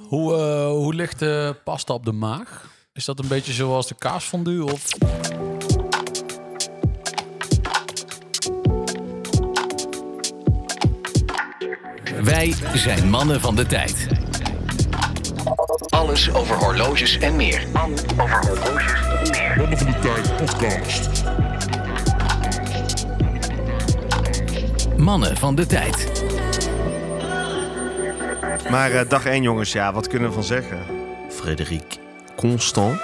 Hoe ligt de pasta op de maag? Is dat een beetje zoals de kaasfondue of... Wij zijn mannen van de tijd. Alles over horloges en meer. Mannen van de Tijd podcast. Mannen van de tijd. Maar dag 1 jongens, ja, wat kunnen we van zeggen? Frédéric Constant.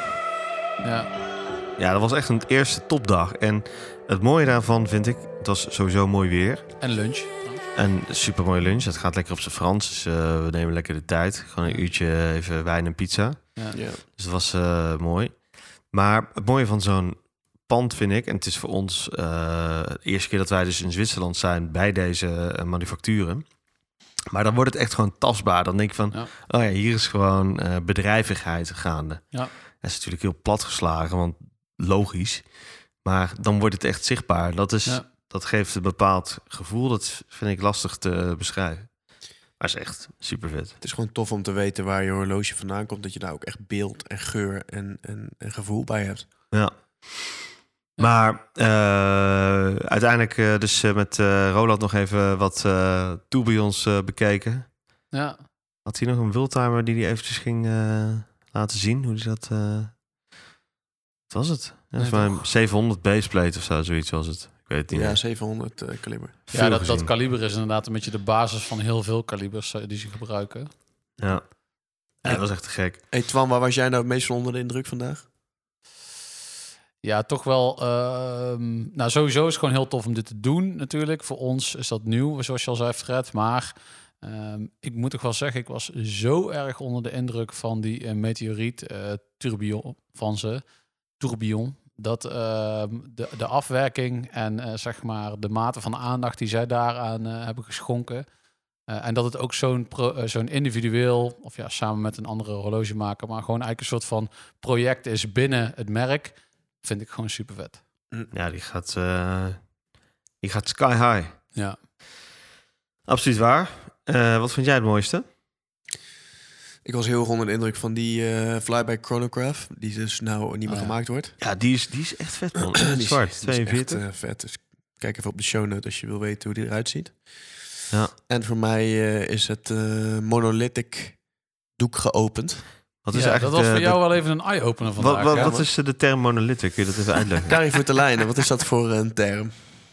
Ja, dat was echt een eerste topdag. En het mooie daarvan vind ik, het was sowieso mooi weer. En lunch. En super mooie lunch. Het gaat lekker op zijn Frans. Dus we nemen lekker de tijd. Gewoon een uurtje even wijn en pizza. Ja. Dus dat was mooi. Maar het mooie van zo'n pand vind ik... en het is voor ons de eerste keer dat wij dus in Zwitserland zijn... bij deze manufacturen. Maar dan wordt het echt gewoon tastbaar. Dan denk ik van, oh ja, hier is gewoon bedrijvigheid gaande. Ja. Dat is natuurlijk heel platgeslagen, want logisch. Maar dan wordt het echt zichtbaar. Dat geeft een bepaald gevoel. Dat vind ik lastig te beschrijven. Maar is echt super vet. Het is gewoon tof om te weten waar je horloge vandaan komt. Dat je daar ook echt beeld en geur en gevoel bij hebt. Ja. Maar uiteindelijk dus met Roland nog even wat tourbillons bekeken. Ja. Had hij nog een wildtimer die hij eventjes ging laten zien? Hoe is dat? Wat was het? Ja, dat was maar 700 baseplate of zo, zoiets was het. Ik weet het niet. Ja, 700 kaliber. Ja, dat kaliber is inderdaad een beetje de basis van heel veel kalibers die ze gebruiken. Ja, dat was echt te gek. Hey Twan, waar was jij nou het meest van onder de indruk vandaag? Ja, toch wel. Nou, sowieso is het gewoon heel tof om dit te doen natuurlijk. Voor ons is dat nieuw, zoals je al zei, Fred. Maar ik moet toch wel zeggen, ik was zo erg onder de indruk van die meteoriet tourbillon van ze. Tourbillon. Dat de afwerking en zeg maar de mate van aandacht die zij daaraan hebben geschonken. En dat het ook zo'n individueel, of ja, samen met een andere horlogemaker, maar gewoon eigenlijk een soort van project is binnen het merk, vind ik gewoon super vet. Ja, die gaat sky high. Ja. Absoluut waar. Wat vind jij het mooiste? Ik was heel erg onder de indruk van die Flyby Chronograph, die dus nou niet meer gemaakt wordt. Ja, die is echt vet, man. Die zwart, is 42. echt vet. Dus kijk even op de show note als je wil weten hoe die eruit ziet. Ja. En voor mij is het monolithic doek geopend. Wat is Ja, eigenlijk dat was voor jou wel even een eye-opener vandaag. Wat is de term monolithic? Kun je dat even uitleggen? Kari voor te lijnen, wat is dat voor een term?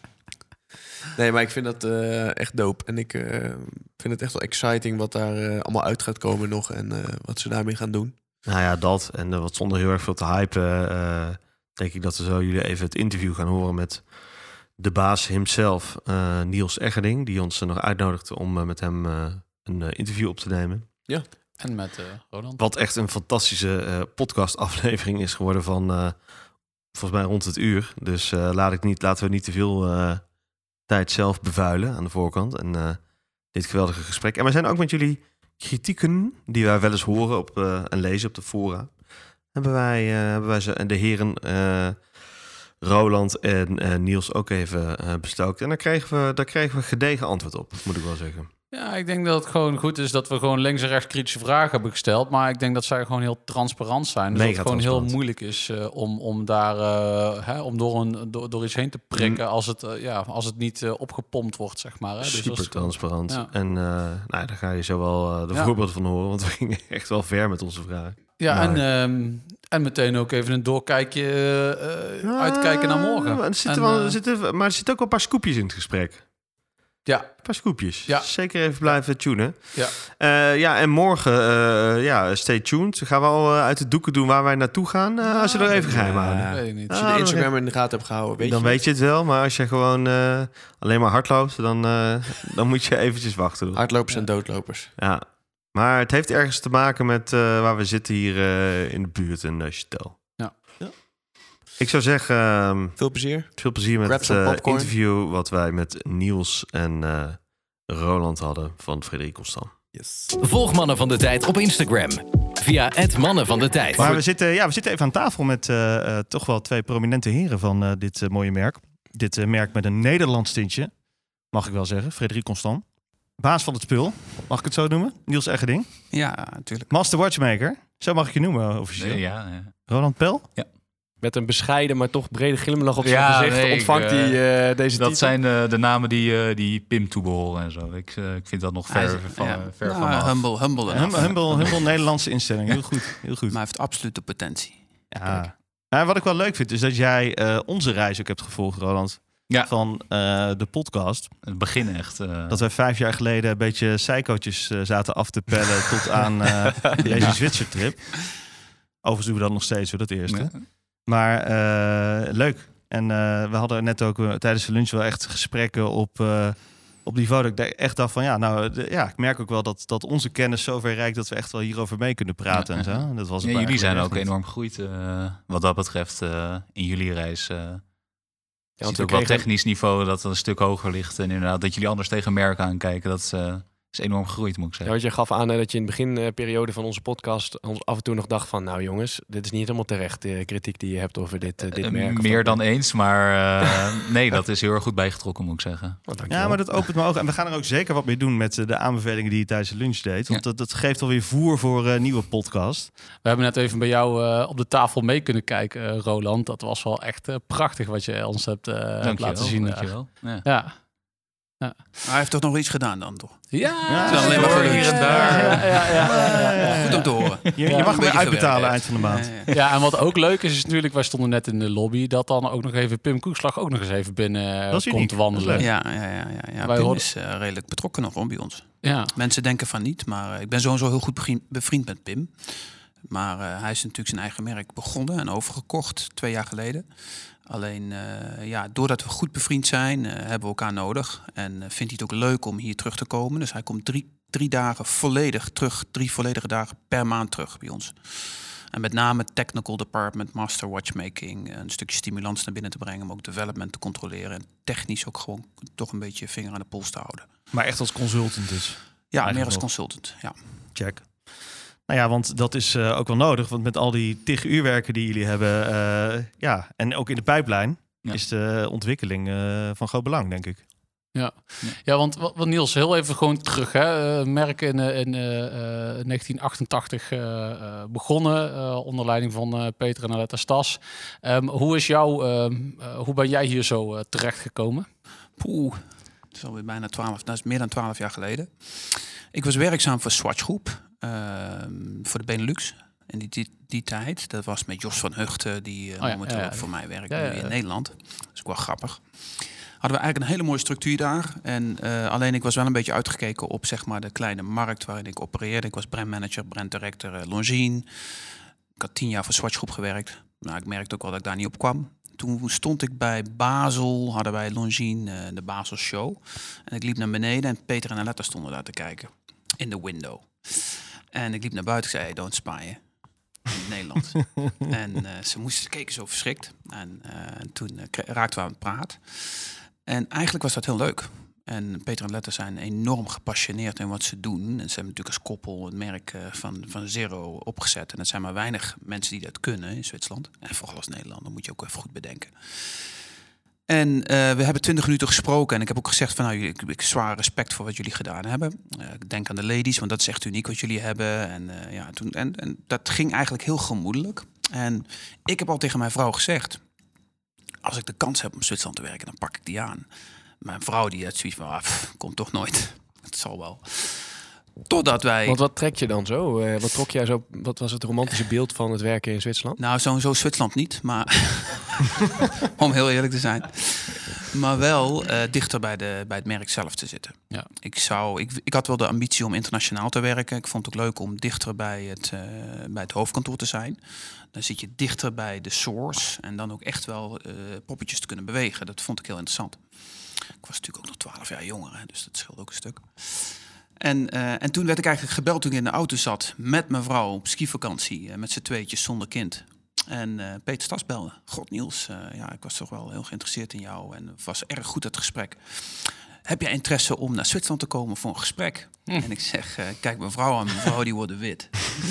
Nee, maar ik vind dat echt dope. En ik vind het echt wel exciting wat daar allemaal uit gaat komen nog. En wat ze daarmee gaan doen. Nou ja, dat. En wat zonder heel erg veel te hypen... denk ik dat we zo jullie even het interview gaan horen met de baas himself, Niels Eggerding, die ons nog uitnodigde om met hem een interview op te nemen. Ja. En met Roland. Wat echt een fantastische podcastaflevering is geworden van volgens mij rond het uur. Dus laten we niet te veel tijd zelf bevuilen aan de voorkant. En dit geweldige gesprek. En we zijn ook met jullie kritieken, die wij wel eens horen en lezen op de fora. Hebben wij ze en de heren Roland en Niels ook even bestookt. En daar kregen we gedegen antwoord op, moet ik wel zeggen. Ja, ik denk dat het gewoon goed is dat we gewoon links en rechts kritische vragen hebben gesteld. Maar ik denk dat zij gewoon heel transparant zijn. Dus dat het gewoon heel moeilijk is om daar om door iets heen te prikken als het niet opgepompt wordt, zeg maar. Hè. Dus super transparant. Ja. En daar ga je zo wel de voorbeelden van horen. Want we gingen echt wel ver met onze vragen. Ja, en meteen ook even een doorkijkje uitkijken naar morgen. Maar er zitten ook wel een paar scoopjes in het gesprek. Ja. Een paar scoopjes. Ja. Zeker even blijven tunen. Ja. En morgen, stay tuned. Gaan we al uit de doeken doen waar wij naartoe gaan? Als je er even geheim houden. Weet ik niet. Als je de Instagram in de gaten hebt gehouden, Dan weet je het wel. Maar als je gewoon alleen maar hard loopt, dan moet je eventjes wachten. Hardlopers en doodlopers. Ja. Maar het heeft ergens te maken met waar we zitten hier in de buurt in Neuchâtel. Ja. Ik zou zeggen, Veel plezier. veel plezier met het interview wat wij met Niels en Roland hadden van Frédéric Constant. Yes. Volg Mannen van de Tijd op Instagram via @Mannen van de Tijd. Maar we zitten even aan tafel met toch wel twee prominente heren van dit mooie merk. Dit merk met een Nederlands tintje, mag ik wel zeggen. Frédéric Constant. baas van het spul. Mag ik het zo noemen? Niels Eggeding. Ja, natuurlijk. Master Watchmaker. Zo mag ik je noemen officieel. Ja. Roland Pel. Met een bescheiden, maar toch brede glimlach op zijn gezicht ontvangt hij deze titel. Dat zijn de namen die Pim toebehoren en zo. Ik vind dat nog ver vanaf. Humble Nederlandse instelling. Heel goed. Maar hij heeft absolute potentie. Ja. En wat ik wel leuk vind, is dat jij onze reis ook hebt gevolgd, Roland. Ja. Van de podcast. Het begin echt. Dat wij 5 jaar geleden een beetje psychootjes zaten af te pellen tot aan deze Zwitsertrip. Overigens doen we dat nog steeds, hoor, dat eerste. Ja. Maar leuk. En we hadden net ook tijdens de lunch wel echt gesprekken op niveau dat ik echt dacht van ik merk ook wel dat onze kennis zover reikt dat we echt wel hierover mee kunnen praten en zo. Dat was jullie zijn ook enorm gegroeid wat dat betreft in jullie reis. Je ziet ook wel technisch niveau dat een stuk hoger ligt. En inderdaad dat jullie anders tegen merken aankijken. Dat is enorm gegroeid, moet ik zeggen. Ja, want je gaf aan dat je in de beginperiode van onze podcast ons af en toe nog dacht van, nou jongens, dit is niet helemaal terecht, de kritiek die je hebt over dit merk. Meer dan eens, maar nee, dat is heel erg goed bijgetrokken, moet ik zeggen. Ja, maar dat opent mijn ogen. En we gaan er ook zeker wat mee doen met de aanbevelingen die je tijdens de lunch deed. Want dat geeft alweer voer voor een nieuwe podcast. We hebben net even bij jou op de tafel mee kunnen kijken, Roland. Dat was wel echt prachtig wat je ons hebt laten zien. Dankjewel. Ja. Ja. Hij heeft toch nog iets gedaan dan, toch? Ja, het is alleen maar hier en daar. Ja. Goed om te horen. Je mag hem weer uitbetalen eind van de maand. Ja, en wat ook leuk is natuurlijk, wij stonden net in de lobby, dat dan ook nog even Pim Koekslag ook nog eens even binnen komt wandelen. Ja. Pim is redelijk betrokken nog bij ons. Ja. Mensen denken van niet, maar ik ben sowieso heel goed bevriend met Pim. Maar hij is natuurlijk zijn eigen merk begonnen en overgekocht 2 jaar geleden. Alleen, doordat we goed bevriend zijn, hebben we elkaar nodig. En vindt hij het ook leuk om hier terug te komen. Dus hij komt 3 dagen volledig terug. 3 volledige dagen per maand terug bij ons. En met name technical department, master watchmaking. Een stukje stimulans naar binnen te brengen. Maar ook development te controleren. En technisch ook gewoon toch een beetje vinger aan de pols te houden. Maar echt als consultant dus? Ja, meer als consultant, ja. Check. Nou ja, want dat is ook wel nodig. Want met al die 10 uurwerken die jullie hebben... en ook in de pijplijn... is de ontwikkeling van groot belang, denk ik. Ja, want Niels, heel even gewoon terug. Hè. Merk in 1988 begonnen... onder leiding van Peter en Aletta Stas. Hoe ben jij hier zo terechtgekomen? Het is alweer bijna 12... Dat is meer dan 12 jaar geleden. Ik was werkzaam voor Swatch Groep... voor de Benelux in die tijd. Dat was met Jos van Hugten, die momenteel voor mij werkt in Nederland. Dat is ook wel grappig. Hadden we eigenlijk een hele mooie structuur daar. En alleen ik was wel een beetje uitgekeken op zeg maar de kleine markt waarin ik opereerde. Ik was brandmanager, branddirector Longines. Ik had 10 jaar voor Swatch Groep gewerkt. Nou, ik merkte ook wel dat ik daar niet op kwam. Toen stond ik bij Basel, hadden wij Longines, de Basel Show. En ik liep naar beneden en Peter en Aletta stonden daar te kijken. In de window. En ik liep naar buiten en zei, don't spyen. In het Nederlands. En ze keken zo verschrikt. En toen raakten we aan het praten. En eigenlijk was dat heel leuk. En Peter en Aletta zijn enorm gepassioneerd in wat ze doen. En ze hebben natuurlijk als koppel het merk van Zero opgezet. En dat zijn maar weinig mensen die dat kunnen in Zwitserland. En vooral als Nederlander moet je ook even goed bedenken. En we hebben 20 minuten gesproken en ik heb ook gezegd van ik heb zwaar respect voor wat jullie gedaan hebben. Ik denk aan de ladies, want dat is echt uniek wat jullie hebben. En dat ging eigenlijk heel gemoedelijk. En ik heb al tegen mijn vrouw gezegd, als ik de kans heb om Zwitserland te werken, dan pak ik die aan. Mijn vrouw die had zoiets van, komt toch nooit. Het zal wel. Totdat wij... Want wat trek je dan zo? Wat trok jij zo? Wat was het romantische beeld van het werken in Zwitserland? Nou, sowieso Zwitserland niet, maar om heel eerlijk te zijn. Maar wel dichter bij het merk zelf te zitten. Ja. Ik had wel de ambitie om internationaal te werken. Ik vond het ook leuk om dichter bij het hoofdkantoor te zijn. Dan zit je dichter bij de source en dan ook echt wel poppetjes te kunnen bewegen. Dat vond ik heel interessant. Ik was natuurlijk ook nog 12 jaar jonger, hè, dus dat scheelde ook een stuk. En toen werd ik eigenlijk gebeld toen ik in de auto zat met mijn vrouw op skivakantie, met z'n tweetjes zonder kind. En Peter Stas belde. God Niels, ik was toch wel heel geïnteresseerd in jou en het was erg goed het gesprek. Heb jij interesse om naar Zwitserland te komen voor een gesprek? En ik zeg, kijk mijn vrouw aan, mijn vrouw die wordt wit.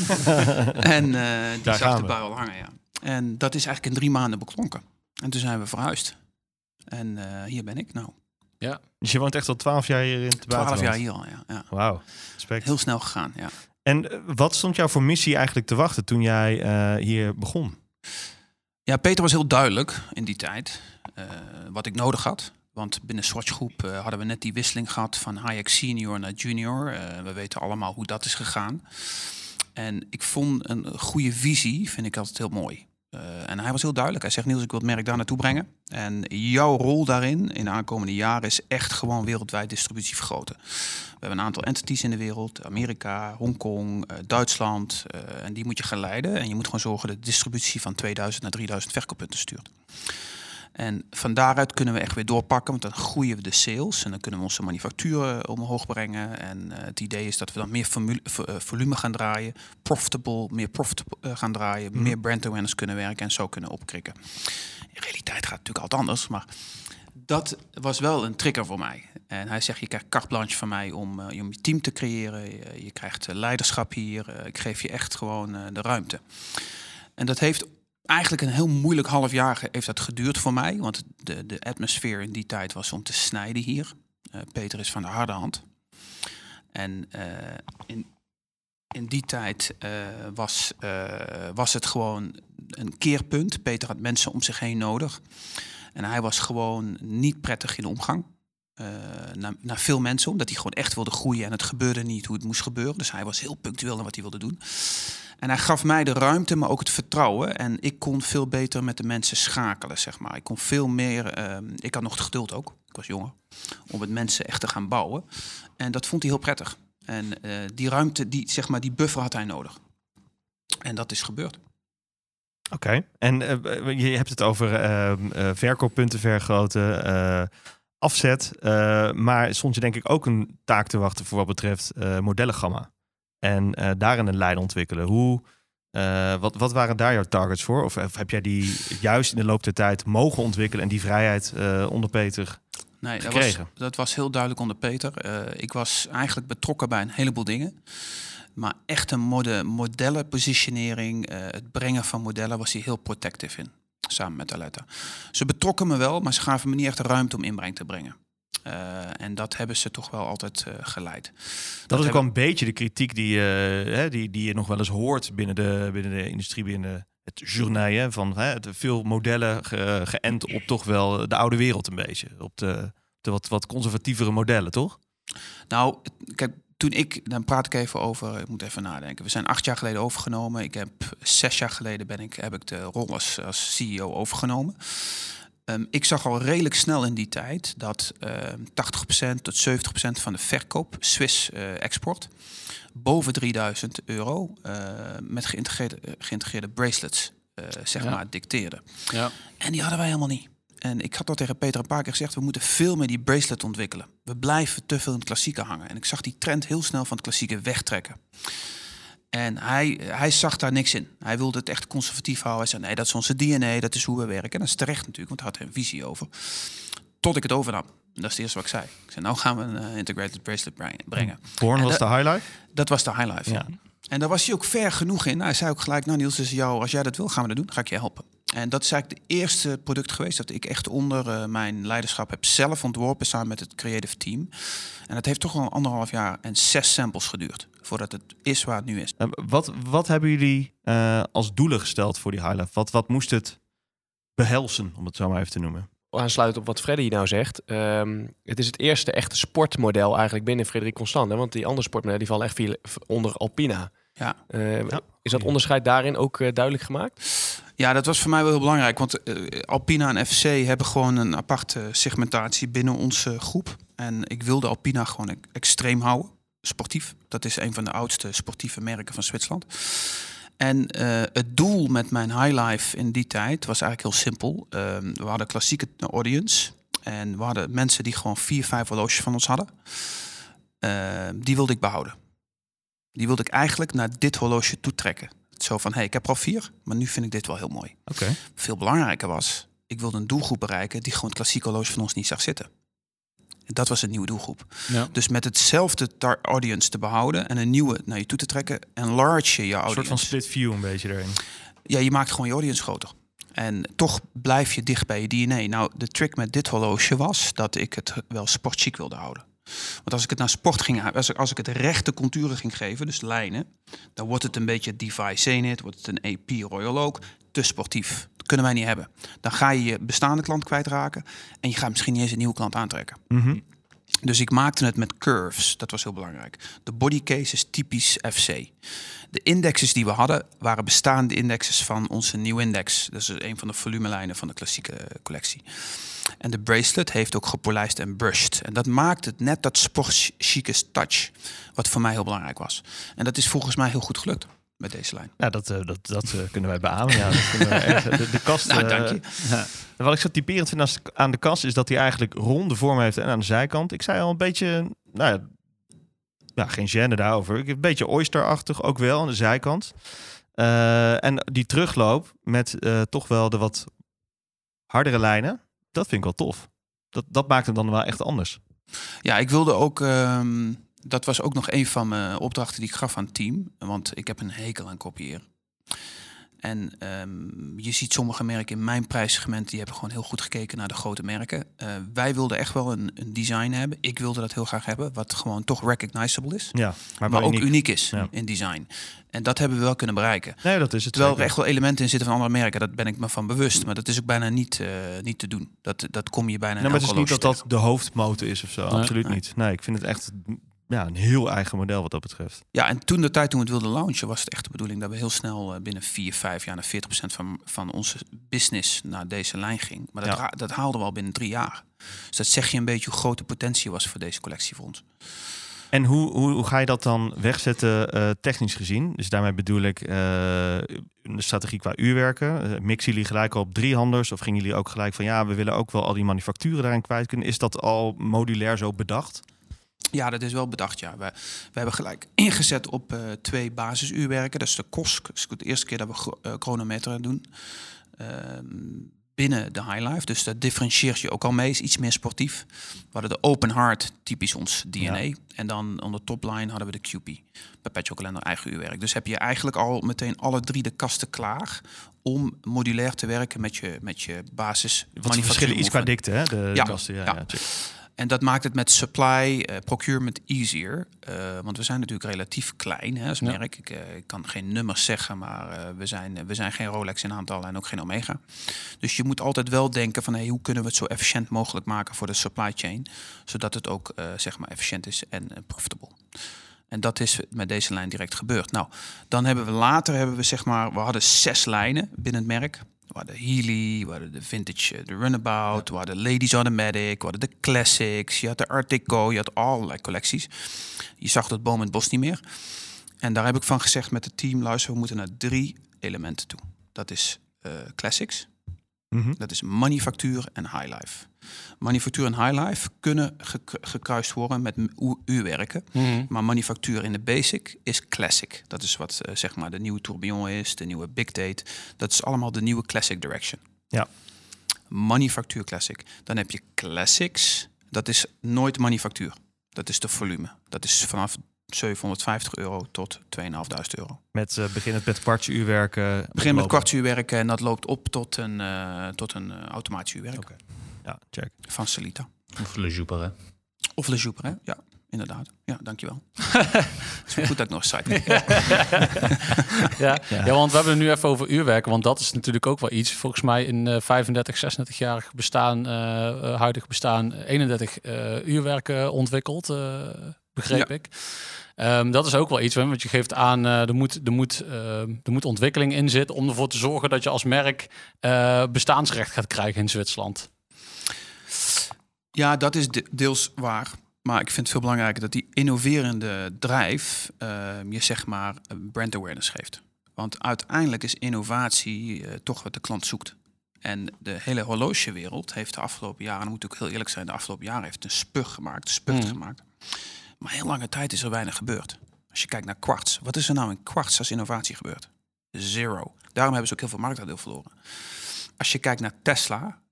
En die zag de bui al hangen, ja. En dat is eigenlijk in 3 maanden beklonken. En toen zijn we verhuisd. En hier ben ik nou. Ja. Dus je woont echt al 12 jaar hier in het 12 buitenland? jaar hier al, ja. Wauw, respect. Heel snel gegaan, ja. En wat stond jou voor missie eigenlijk te wachten toen jij hier begon? Ja, Peter was heel duidelijk in die tijd wat ik nodig had. Want binnen Swatch Groep hadden we net die wisseling gehad van Hayek senior naar junior. We weten allemaal hoe dat is gegaan. En ik vond een goede visie, vind ik altijd heel mooi. En hij was heel duidelijk. Hij zegt, Niels, ik wil het merk daar naartoe brengen. En jouw rol daarin in de aankomende jaren is echt gewoon wereldwijd distributie vergroten. We hebben een aantal entities in de wereld. Amerika, Hongkong, Duitsland. En die moet je gaan leiden. En je moet gewoon zorgen dat de distributie van 2000 naar 3000 verkooppunten stuurt. En van daaruit kunnen we echt weer doorpakken, want dan groeien we de sales en dan kunnen we onze manufacturen omhoog brengen. En het idee is dat we dan meer volume gaan draaien, meer profitable gaan draaien, meer brand awareness kunnen werken en zo kunnen opkrikken. In realiteit gaat het natuurlijk altijd anders, maar dat was wel een trigger voor mij. En hij zegt, je krijgt carte blanche van mij om je team te creëren, je krijgt leiderschap hier, ik geef je echt gewoon de ruimte. En dat heeft eigenlijk een heel moeilijk half jaar heeft dat geduurd voor mij. Want de atmosfeer in die tijd was om te snijden hier. Peter is van de harde hand. En in die tijd was het gewoon een keerpunt. Peter had mensen om zich heen nodig. En hij was gewoon niet prettig in de omgang. Naar veel mensen, omdat hij gewoon echt wilde groeien. En het gebeurde niet hoe het moest gebeuren. Dus hij was heel punctueel in wat hij wilde doen. En hij gaf mij de ruimte, maar ook het vertrouwen. En ik kon veel beter met de mensen schakelen, zeg maar. Ik kon veel meer... ik had nog het geduld ook, ik was jonger, om met mensen echt te gaan bouwen. En dat vond hij heel prettig. En die ruimte, die buffer had hij nodig. En dat is gebeurd. Oké. En je hebt het over verkooppunten vergroten, afzet. Maar stond je denk ik ook een taak te wachten voor wat betreft modellengamma. En daarin een lijn ontwikkelen. Wat waren daar jouw targets voor? Of heb jij die juist in de loop der tijd mogen ontwikkelen en die vrijheid onder Peter gekregen? Dat was heel duidelijk onder Peter. Ik was eigenlijk betrokken bij een heleboel dingen. Maar echt een modellenpositionering, het brengen van modellen, was hij heel protective in. Samen met Aletta. Ze betrokken me wel, maar ze gaven me niet echt de ruimte om inbreng te brengen. En dat hebben ze toch wel altijd geleid. Dat is ook wel een beetje de kritiek die je nog wel eens hoort binnen de industrie, binnen het journaal. Hè, van veel modellen geënt op toch wel de oude wereld een beetje. Op de wat conservatievere modellen, toch? Nou, kijk, dan praat ik even over, ik moet even nadenken. We zijn 8 jaar geleden overgenomen. Ik heb 6 jaar geleden heb ik de rol als CEO overgenomen. Ik zag al redelijk snel in die tijd dat 80% tot 70% van de verkoop, Swiss export, boven €3000 met geïntegreerde bracelets maar dicteerde. Ja. En die hadden wij helemaal niet. En ik had al tegen Peter een paar keer gezegd, we moeten veel meer die bracelet ontwikkelen. We blijven te veel in het klassieke hangen. En ik zag die trend heel snel van het klassieke wegtrekken. En hij zag daar niks in. Hij wilde het echt conservatief houden. Hij zei, nee, dat is onze DNA, dat is hoe we werken. En dat is terecht natuurlijk, want hij had er een visie over. Tot ik het overnam. Dat is het eerste wat ik zei. Ik zei, nou gaan we een integrated bracelet brengen. Born was de highlife? Dat was de highlife, ja. En daar was hij ook ver genoeg in. Hij zei ook gelijk, nou Niels, is jou, als jij dat wil, gaan we dat doen. Ga ik je helpen. En dat is eigenlijk de eerste product geweest dat ik echt onder mijn leiderschap heb zelf ontworpen samen met het creative team. En dat heeft toch wel 1,5 jaar en 6 samples geduurd voordat het is waar het nu is. Wat hebben jullie als doelen gesteld voor die highlife? Wat moest het behelzen, om het zo maar even te noemen? Aansluitend op wat Freddy nou zegt. Het is het eerste echte sportmodel eigenlijk binnen Frédéric Constant. Hè? Want die andere sportmodellen die vallen echt onder Alpina. Ja. Is dat onderscheid daarin ook duidelijk gemaakt? Ja, dat was voor mij wel heel belangrijk. Want Alpina en FC hebben gewoon een aparte segmentatie binnen onze groep. En ik wilde Alpina gewoon extreem houden. Sportief. Dat is een van de oudste sportieve merken van Zwitserland. En het doel met mijn highlife in die tijd was eigenlijk heel simpel. We hadden klassieke audience. En we hadden mensen die gewoon 4-5 horloges van ons hadden. Die wilde ik behouden. Die wilde ik eigenlijk naar dit horloge toetrekken. Zo van, ik heb er al 4, maar nu vind ik dit wel heel mooi. Okay. Veel belangrijker was, ik wilde een doelgroep bereiken die gewoon het klassieke horloge van ons niet zag zitten. En dat was een nieuwe doelgroep. Ja. Dus met hetzelfde audience te behouden en een nieuwe naar je toe te trekken, enlarge je audience. Een soort van split view een beetje erin. Ja, je maakt gewoon je audience groter. En toch blijf je dicht bij je DNA. Nou, de trick met dit horloge was dat ik het wel sportchic wilde houden. Want als ik het naar sport ging, als ik het rechte contouren ging geven, dus lijnen, dan wordt het een beetje Defy Zenith, wordt het een AP Royal Oak, te sportief. Dat kunnen wij niet hebben. Dan ga je je bestaande klant kwijtraken en je gaat misschien niet eens een nieuwe klant aantrekken. Mhm. Dus ik maakte het met curves. Dat was heel belangrijk. De bodycase is typisch FC. De indexes die we hadden waren bestaande indexes van onze nieuwe index. Dat is een van de volumelijnen van de klassieke collectie. En de bracelet heeft ook gepolijst en brushed. En dat maakt het net dat sportchique touch, wat voor mij heel belangrijk was. En dat is volgens mij heel goed gelukt met deze lijn. Ja, dat kunnen wij beamen. Ja, dat kunnen wij echt, de kast. Nou, dank je. Wat ik zo typerend vind aan de kast is dat hij eigenlijk ronde vorm heeft en aan de zijkant. Ik zei al een beetje, geen gêne daarover. Ik heb een beetje oysterachtig ook wel aan de zijkant. En die terugloop met toch wel de wat hardere lijnen, dat vind ik wel tof. Dat maakt hem dan wel echt anders. Ja, ik wilde ook. Dat was ook nog een van mijn opdrachten die ik gaf aan het team. Want ik heb een hekel aan kopiëren. En je ziet sommige merken in mijn prijssegment, die hebben gewoon heel goed gekeken naar de grote merken. Wij wilden echt wel een design hebben. Ik wilde dat heel graag hebben, wat gewoon toch recognizable is. Ja, maar ook uniek is in design. En dat hebben we wel kunnen bereiken. Nee, dat is het. Terwijl er echt wel elementen in zitten van andere merken. Dat ben ik me van bewust. Maar dat is ook bijna niet te doen. Dat kom je bijna maar het is niet dat de hoofdmotor is of zo. Nee, absoluut niet. Nee, ik vind het echt een heel eigen model wat dat betreft. Ja, en toen we het wilden launchen, was het echt de bedoeling dat we heel snel binnen 4-5 jaar naar 40% van onze business naar deze lijn ging. Maar dat haalden we al binnen 3 jaar. Dus dat zeg je een beetje hoe groot de potentie was voor deze collectie voor ons. En hoe ga je dat dan wegzetten technisch gezien? Dus daarmee bedoel ik de strategie qua uurwerken. Mixen jullie gelijk al op 3-handers? Of gingen jullie ook gelijk van we willen ook wel al die manufacturen daarin kwijt kunnen? Is dat al modulair zo bedacht? Ja, dat is wel bedacht, ja. We hebben gelijk ingezet op 2 basisuurwerken. Dat is de KOSK. Dat is de eerste keer dat we chronometeren doen. Binnen de High Life. Dus dat differentieert je ook al mee. Is iets meer sportief. We hadden de Open Heart, typisch ons DNA. Ja. En dan onder topline hadden we de QP. Perpetual Calendar, eigen uurwerk. Dus heb je eigenlijk al meteen alle 3 de kasten klaar om modulair te werken met je basis. Wat verschillen iets qua dikte, hè? De kasten. Ja. En dat maakt het met supply, procurement easier. Want we zijn natuurlijk relatief klein als merk. Ik kan geen nummers zeggen, maar we zijn geen Rolex in aantal en ook geen Omega. Dus je moet altijd wel denken van hoe kunnen we het zo efficiënt mogelijk maken voor de supply chain. Zodat het ook efficiënt is en profitable. En dat is met deze lijn direct gebeurd. Nou, dan hebben we hadden 6 lijnen binnen het merk. We hadden Healy, we hadden de Vintage, de Runabout, we hadden Ladies Automatic, we hadden de Classics, je had de Art Deco, je had allerlei collecties. Je zag dat boom in het bos niet meer. En daar heb ik van gezegd met het team, luister, we moeten naar 3 elementen toe. Dat is Classics, dat is manufactuur en High Life. Manufactuur en High Life kunnen gekruist worden met uurwerken. Maar manufactuur in de basic is classic. Dat is wat de nieuwe Tourbillon is, de nieuwe Big Date. Dat is allemaal de nieuwe classic direction. Ja. Manufactuur classic. Dan heb je classics. Dat is nooit manufactuur. Dat is de volume. Dat is vanaf €750 tot €2.500. Beginnend met kwartsuurwerken. Begin met kwartsuurwerken en dat loopt op tot een automatisch uurwerk. Okay. Ja, check. Van Celita. Of Le Joupper, hè? Of Le Joupper, hè? Ja, inderdaad. Ja, dankjewel. Het is goed dat ik nog een site ja, want we hebben het nu even over uurwerken. Want dat is natuurlijk ook wel iets. Volgens mij in 35, 36-jarig bestaan, huidig bestaan, 31 uurwerken ontwikkeld, begreep ik. Dat is ook wel iets, want je geeft aan, er moet ontwikkeling in zitten om ervoor te zorgen dat je als merk bestaansrecht gaat krijgen in Zwitserland. Ja, dat is deels waar. Maar ik vind het veel belangrijker dat die innoverende drijf je brand awareness geeft. Want uiteindelijk is innovatie toch wat de klant zoekt. En de hele horlogewereld heeft de afgelopen jaren, dan moet ik ook heel eerlijk zijn, de afgelopen jaren heeft een spuug gemaakt. Maar heel lange tijd is er weinig gebeurd. Als je kijkt naar kwarts, wat is er nou in kwarts als innovatie gebeurd? 0. Daarom hebben ze ook heel veel marktaandeel verloren. Als je kijkt naar Tesla,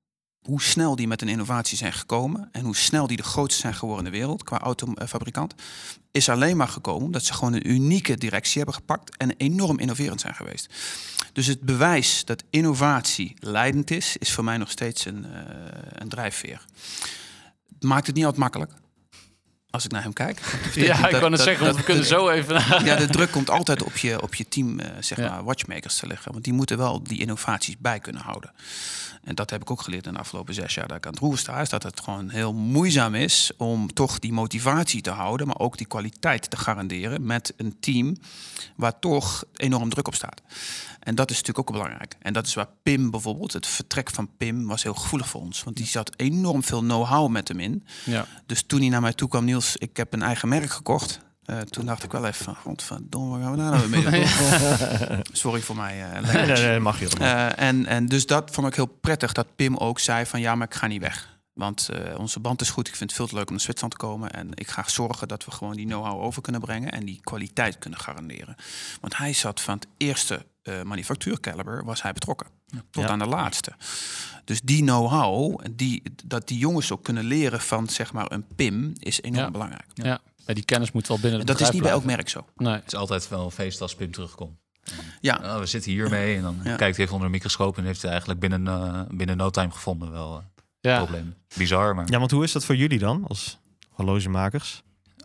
hoe snel die met een innovatie zijn gekomen en hoe snel die de grootste zijn geworden in de wereld qua autofabrikant, is alleen maar gekomen omdat ze gewoon een unieke directie hebben gepakt en enorm innoverend zijn geweest. Dus het bewijs dat innovatie leidend is voor mij nog steeds een drijfveer. Het maakt het niet altijd makkelijk. Als ik naar hem kijk. Ja, ik kan het zeggen, want we kunnen zo even... Ja, de druk komt altijd op je team, maar, watchmakers te liggen. Want die moeten wel die innovaties bij kunnen houden. En dat heb ik ook geleerd in de afgelopen 6 jaar dat ik aan het roer sta. Is dat het gewoon heel moeizaam is om toch die motivatie te houden, maar ook die kwaliteit te garanderen met een team waar toch enorm druk op staat. En dat is natuurlijk ook belangrijk. En dat is waar Pim bijvoorbeeld, het vertrek van Pim was heel gevoelig voor ons. Want die zat enorm veel know-how met hem in. Ja. Dus toen hij naar mij toe kwam, Niels, ik heb een eigen merk gekocht. Toen dacht ik wel even van, godverdomme, waar gaan we daar nou mee doen? Sorry voor mij. Nee, mag je. En dus dat vond ik heel prettig, dat Pim ook zei van, ja, maar ik ga niet weg. Want onze band is goed. Ik vind het veel te leuk om naar Zwitserland te komen. En ik ga zorgen dat we gewoon die know-how over kunnen brengen en die kwaliteit kunnen garanderen. Want hij zat van het eerste manufactuurcaliber was hij betrokken. Tot aan de laatste. Dus die know-how, dat die jongens ook kunnen leren van zeg maar een Pim, is enorm belangrijk. Ja, die kennis moet wel binnen het bedrijf. Dat is niet bij elk merk zo. Nee. Het is altijd wel een feest als Pim terugkomt. Ja. We zitten hiermee en dan kijkt hij even onder een microscoop en heeft hij eigenlijk binnen no time gevonden wel probleem. Bizar, maar... Ja, want hoe is dat voor jullie dan als horlogemakers?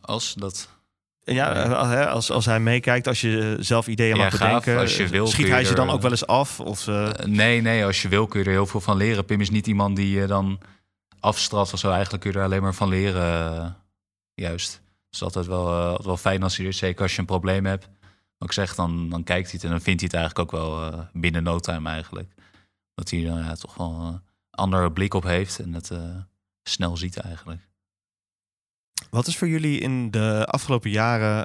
Ja, als hij meekijkt, als je zelf ideeën mag bedenken, als je wil, schiet hij ze dan ook wel eens af? Of, Nee, als je wil kun je er heel veel van leren. Pim is niet iemand die je dan afstraft of zo. Eigenlijk kun je er alleen maar van leren, juist. Het is altijd wel fijn als je er, zeker als je een probleem hebt. Wat ik zeg, dan kijkt hij het en dan vindt hij het eigenlijk ook wel binnen no time eigenlijk. Dat hij dan toch wel een andere blik op heeft en het snel ziet eigenlijk. Wat is voor jullie in de afgelopen jaren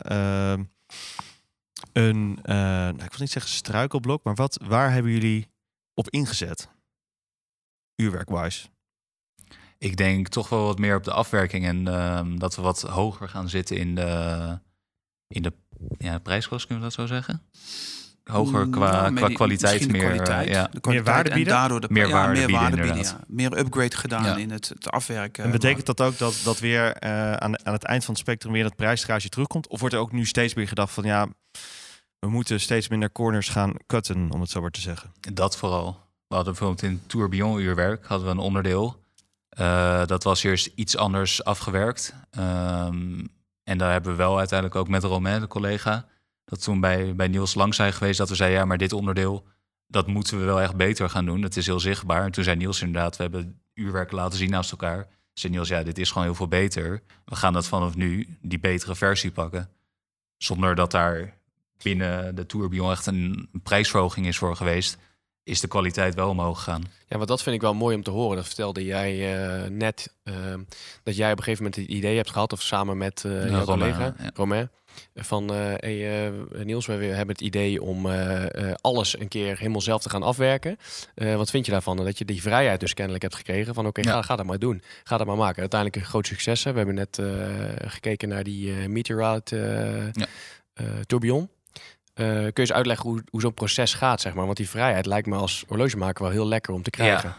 ik wil niet zeggen struikelblok, maar waar hebben jullie op ingezet? Uurwerkwise. Ik denk toch wel wat meer op de afwerking en dat we wat hoger gaan zitten in de prijsklasse, kunnen we dat zo zeggen? Hoger qua kwaliteit, meer kwaliteit, meer waarde bieden. En daardoor meer waarde bieden. Ja. Meer upgrade gedaan in het afwerken. En betekent dat ook dat weer aan het eind van het spectrum weer dat prijsstrage terugkomt? Of wordt er ook nu steeds meer gedacht van we moeten steeds minder corners gaan cutten, om het zo maar te zeggen? Dat vooral. We hadden bijvoorbeeld in Tourbillon uurwerk hadden we een onderdeel. Dat was eerst iets anders afgewerkt. En daar hebben we wel uiteindelijk ook met Romain, de collega, dat toen bij Niels lang zijn geweest, dat we zeiden, ja, maar dit onderdeel, dat moeten we wel echt beter gaan doen. Het is heel zichtbaar. En toen zei Niels inderdaad, we hebben uurwerk laten zien naast elkaar. Zei Niels, ja, dit is gewoon heel veel beter. We gaan dat vanaf nu, die betere versie pakken. Zonder dat daar binnen de Tourbillon echt een prijsverhoging is voor geweest, is de kwaliteit wel omhoog gegaan. Ja, want dat vind ik wel mooi om te horen. Dat vertelde jij net, dat jij op een gegeven moment het idee hebt gehad, of samen met jouw collega, Romain, van Niels, we hebben het idee om alles een keer helemaal zelf te gaan afwerken. Wat vind je daarvan? Dat je die vrijheid dus kennelijk hebt gekregen van oké, ga dat maar doen. Ga dat maar maken. Uiteindelijk een groot succes. We hebben net gekeken naar die Meteorite Tourbillon. Kun je eens uitleggen hoe zo'n proces gaat, zeg maar? Want die vrijheid lijkt me als horlogemaker wel heel lekker om te krijgen.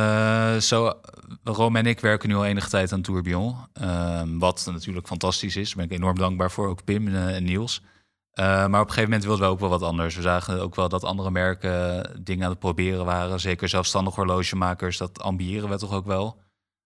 Rome en ik werken nu al enige tijd aan Tourbillon. Wat natuurlijk fantastisch is. Daar ben ik enorm dankbaar voor, ook Pim en Niels. Maar op een gegeven moment wilden we ook wel wat anders. We zagen ook wel dat andere merken dingen aan het proberen waren. Zeker zelfstandig horlogemakers, dat ambiëren we toch ook wel.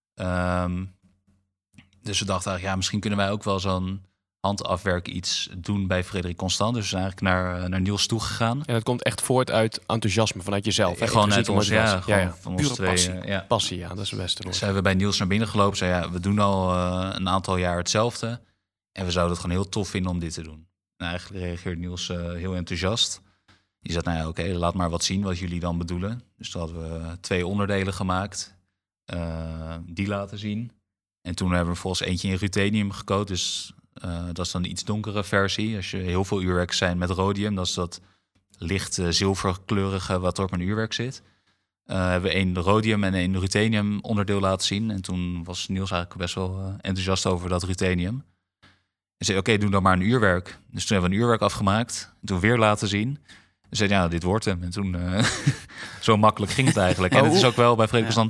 Dus we dachten eigenlijk, misschien kunnen wij ook wel zo'n handafwerk iets doen bij Frederik Constant. Dus we zijn eigenlijk naar Niels toegegaan. En dat komt echt voort uit enthousiasme vanuit jezelf. Gewoon uit ons, van ons twee. Passie. Passie, dat is het beste woord. Dus zijn we bij Niels naar binnen gelopen. Zei, we doen al een aantal jaar hetzelfde. En we zouden het gewoon heel tof vinden om dit te doen. Nou, eigenlijk reageerde Niels heel enthousiast. Die zei, oké, laat maar wat zien wat jullie dan bedoelen. Dus toen hadden we 2 onderdelen gemaakt. Die laten zien. En toen hebben we volgens eentje in ruthenium gecoat. Dus dat is dan een iets donkere versie. Als je heel veel uurwerk zijn met rhodium, dat is dat licht zilverkleurige wat er op een uurwerk zit. Hebben we 1 rhodium en 1 ruthenium onderdeel laten zien. En toen was Niels eigenlijk best wel enthousiast over dat ruthenium. En zei, oké, doe dan maar een uurwerk. Dus toen hebben we een uurwerk afgemaakt. En toen weer laten zien. En zei, dit wordt hem. En toen, zo makkelijk ging het eigenlijk. En het is ook wel bij Frederik Constant,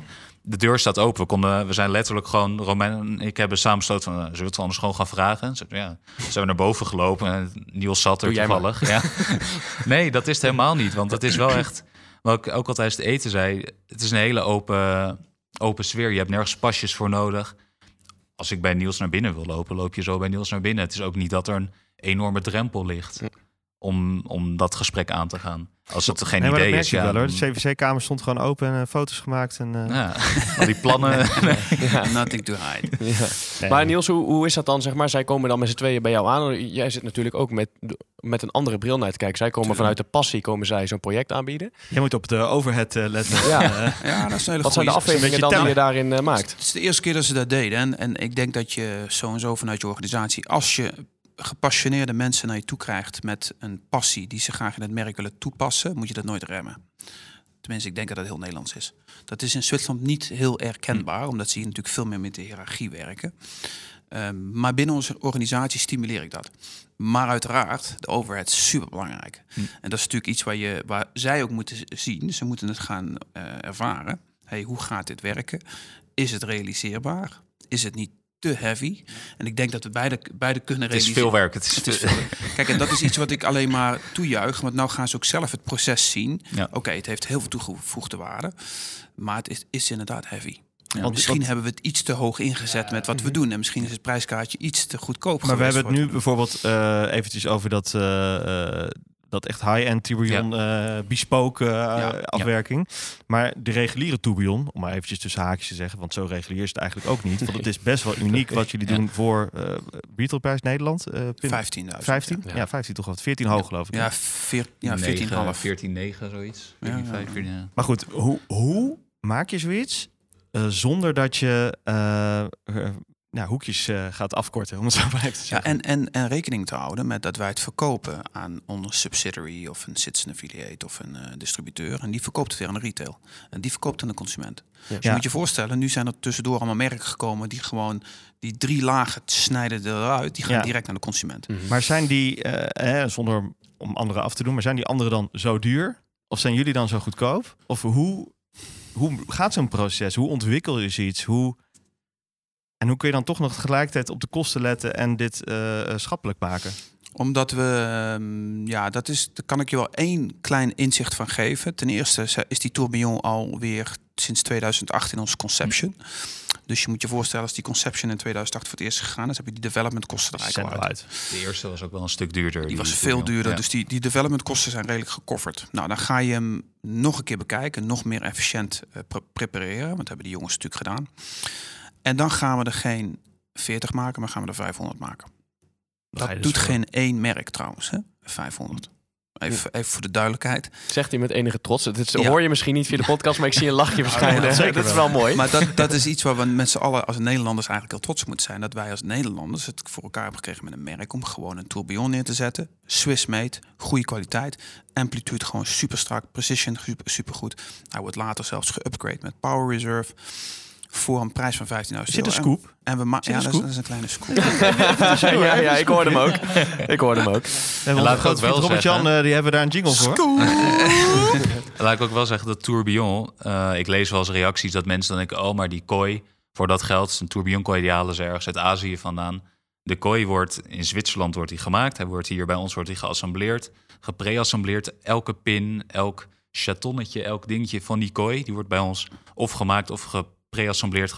de deur staat open. We zijn letterlijk gewoon... Romein en ik hebben samengesloten van... zullen we het anders gewoon gaan vragen? Zijn we naar boven gelopen en Niels zat er toevallig. Ja. Nee, dat is het helemaal niet. Want het is wel echt... Wat ik ook al tijdens het eten zei... Het is een hele open sfeer. Je hebt nergens pasjes voor nodig. Als ik bij Niels naar binnen wil lopen... loop je zo bij Niels naar binnen. Het is ook niet dat er een enorme drempel ligt... Om dat gesprek aan te gaan. Als het geen idee is. Ja, wel, hoor. De CVC-kamer stond gewoon open en foto's gemaakt. En, al die plannen. Nothing to hide. Ja. Nee. Maar Niels, hoe is dat dan? Zeg maar, zij komen dan met z'n tweeën bij jou aan. Jij zit natuurlijk ook met een andere bril naar te kijken. Zij komen vanuit de passie, komen zij zo'n project aanbieden. Jij moet op de overhead letten. Ja, dat is een Wat zijn de afwegingen dan die je daarin maakt? Het is de eerste keer dat ze dat deden. En ik denk dat je zo en zo vanuit je organisatie... als je gepassioneerde mensen naar je toe krijgt met een passie die ze graag in het merk willen toepassen, moet je dat nooit remmen. Tenminste, ik denk dat dat heel Nederlands is. Dat is in Zwitserland niet heel erkenbaar, omdat ze hier natuurlijk veel meer met de hiërarchie werken. Maar binnen onze organisatie stimuleer ik dat. Maar uiteraard, de overhead is super belangrijk. En dat is natuurlijk iets waar zij ook moeten zien. Ze moeten het gaan ervaren. Hey, hoe gaat dit werken? Is het realiseerbaar? Is het niet te heavy? En ik denk dat we beide kunnen realiseren. Het is veel werk. Kijk, en dat is iets wat ik alleen maar toejuich. Want nou gaan ze ook zelf het proces zien. Ja. Oké, het heeft heel veel toegevoegde waarde. Maar het is inderdaad heavy. Ja, want misschien hebben we het iets te hoog ingezet met wat we doen. En misschien is het prijskaartje iets te goedkoop. Maar we hebben het nu bijvoorbeeld eventjes over dat echt high-end tourbillon, bespoke afwerking. Ja. Maar de reguliere tourbillon, om maar eventjes tussen haakjes te zeggen, want zo regulier is het eigenlijk ook niet. Want het is best wel uniek wat jullie doen voor retailprijs Nederland. 15.000. 15? Ja, 15 toch wel. 14 hoog geloof ik. Ja, 14,5. 14,9 zoiets. Maar goed, hoe maak je zoiets zonder dat je hoekjes gaat afkorten, om het zo maar even te zeggen. Ja, en rekening te houden met dat wij het verkopen aan onze subsidiary of een citizen affiliate of een distributeur. En die verkoopt het weer aan de retail. En die verkoopt aan de consument. Ja. Dus je moet je voorstellen, nu zijn er tussendoor allemaal merken gekomen die gewoon die 3 lagen snijden eruit. Die gaan direct naar de consument. Mm-hmm. Maar zijn die, zonder om anderen af te doen, maar zijn die anderen dan zo duur? Of zijn jullie dan zo goedkoop? Of hoe gaat zo'n proces? Hoe ontwikkel je zoiets? En hoe kun je dan toch nog tegelijkertijd op de kosten letten en dit schappelijk maken? Omdat we, daar kan ik je wel 1 klein inzicht van geven. Ten eerste is die tourbillon alweer sinds 2008 in ons conception. Dus je moet je voorstellen, als die conception in 2008 voor het eerst gegaan is, heb je die development kosten er eigenlijk al uit. De eerste was ook wel een stuk duurder. Die was veel duurder, ja. Dus die development kosten zijn redelijk gecoverd. Nou, dan ga je hem nog een keer bekijken, nog meer efficiënt prepareren. Want dat hebben die jongens natuurlijk gedaan. En dan gaan we er geen 40 maken, maar gaan we er 500 maken. Dat doet geen 1 merk trouwens, hè? 500. Even voor de duidelijkheid. Zegt hij met enige trots. Dat hoor je misschien niet via de podcast, maar ik zie een lachje verschijnen. Ja, dat is wel mooi. Maar dat is iets waar we met z'n allen als Nederlanders eigenlijk heel trots op moeten zijn. Dat wij als Nederlanders het voor elkaar hebben gekregen met een merk om gewoon een tourbillon neer te zetten. Swiss made, goede kwaliteit. Amplitude gewoon super strak. Precision super goed. Hij wordt later zelfs geupgrade met Power Reserve. Voor een prijs van 15.000 euro. Zit een scoop? En we dat is een kleine scoop. ja, ik hoorde hem ook. En laat ik ook wel Robert-Jan, die hebben daar een jingle voor. Laat ik ook wel zeggen dat tourbillon... ik lees wel eens reacties dat mensen dan denken... oh, maar die kooi, voor dat geld... een tourbillon-kooi, die halen ze ergens uit Azië vandaan. De kooi wordt in Zwitserland gemaakt. Hij wordt hier bij ons geassembleerd. Gepre-assembleerd. Elke pin, elk chatonnetje, elk dingetje van die kooi... die wordt bij ons of gemaakt of geassembleerd.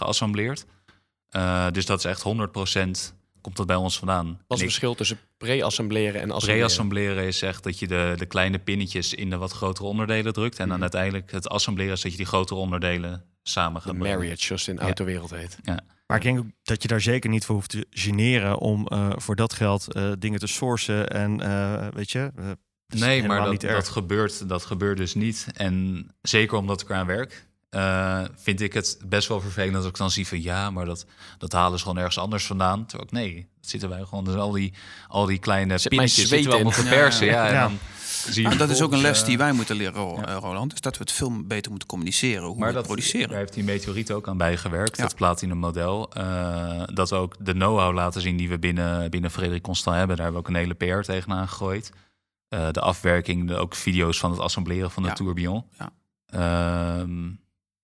Dus dat is echt 100% komt dat bij ons vandaan. Wat is het verschil tussen pre-assembleren en assembleren? Pre-assembleren is echt dat je de kleine pinnetjes in de wat grotere onderdelen drukt. En dan uiteindelijk het assembleren is dat je die grotere onderdelen samen gaat brengen. De marriage, zoals het in de autowereld heet. Ja. Maar ik denk ook dat je daar zeker niet voor hoeft te generen om voor dat geld dingen te sourcen. En weet je... nee, maar dat gebeurt dus niet. En zeker omdat ik eraan werk... vind ik het best wel vervelend dat ik dan zie van... ja, maar dat halen ze gewoon ergens anders vandaan. Terwijl nee, dat zitten wij gewoon... Dus al die kleine pinnetjes zitten we allemaal te persen. Dat is ook een les die wij moeten leren, Roland. Is dat we het veel beter moeten communiceren hoe we het produceren. Daar heeft die Meteoriet ook aan bijgewerkt. Dat Platinum model. Dat we ook de know-how laten zien die we binnen Frederik Constant hebben. Daar hebben we ook een hele PR tegenaan gegooid. De afwerking, ook video's van het assembleren van de tourbillon. Ja.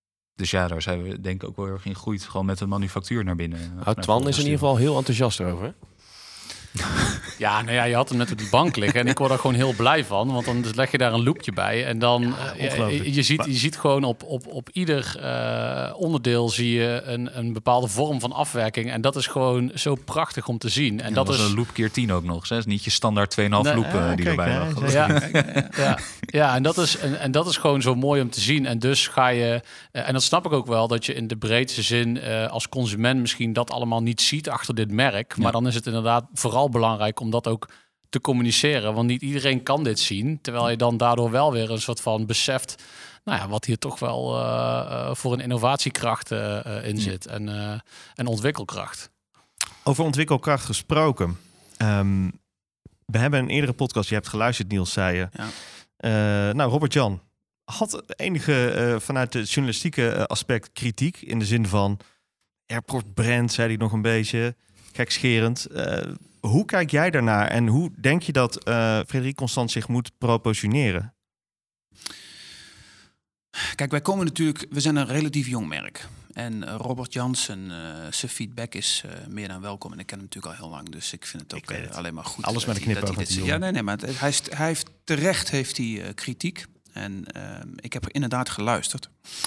Dus ja, daar zijn we denk ik ook wel heel erg in gegroeid. Gewoon met de manufactuur naar binnen. Twan is in ieder geval heel enthousiast over, hè? Ja, nou ja, je had hem net op die bank liggen en ik word er gewoon heel blij van, want dan leg je daar een loopje bij en dan je ziet gewoon op ieder onderdeel zie je een bepaalde vorm van afwerking en dat is gewoon zo prachtig om te zien. En dat is een loop keer 10 ook nog, hè? Is niet je standaard 2,5 loop die erbij lag. Ja, en dat is gewoon zo mooi om te zien. En dus ga je, en dat snap ik ook wel, dat je in de breedste zin als consument misschien dat allemaal niet ziet achter dit merk, maar dan is het inderdaad vooral belangrijk om dat ook te communiceren. Want niet iedereen kan dit zien. Terwijl je dan daardoor wel weer een soort van beseft, nou ja, wat hier toch wel voor een innovatiekracht in zit. En ontwikkelkracht. Over ontwikkelkracht gesproken. We hebben een eerdere podcast, je hebt geluisterd Niels, zei je. Ja. Robert-Jan had enige vanuit het journalistieke aspect kritiek. In de zin van airport brand, zei hij nog een beetje. Gekscherend. Hoe kijk jij daarnaar en hoe denk je dat Frédéric Constant zich moet propositioneren? Kijk, we zijn een relatief jong merk. En Robert Jansen, zijn feedback is meer dan welkom. En ik ken hem natuurlijk al heel lang, dus ik vind het ook alleen maar goed. Alles met een knipoog met die jongen. Ja, nee, maar hij heeft terecht heeft hij kritiek. En ik heb er inderdaad geluisterd.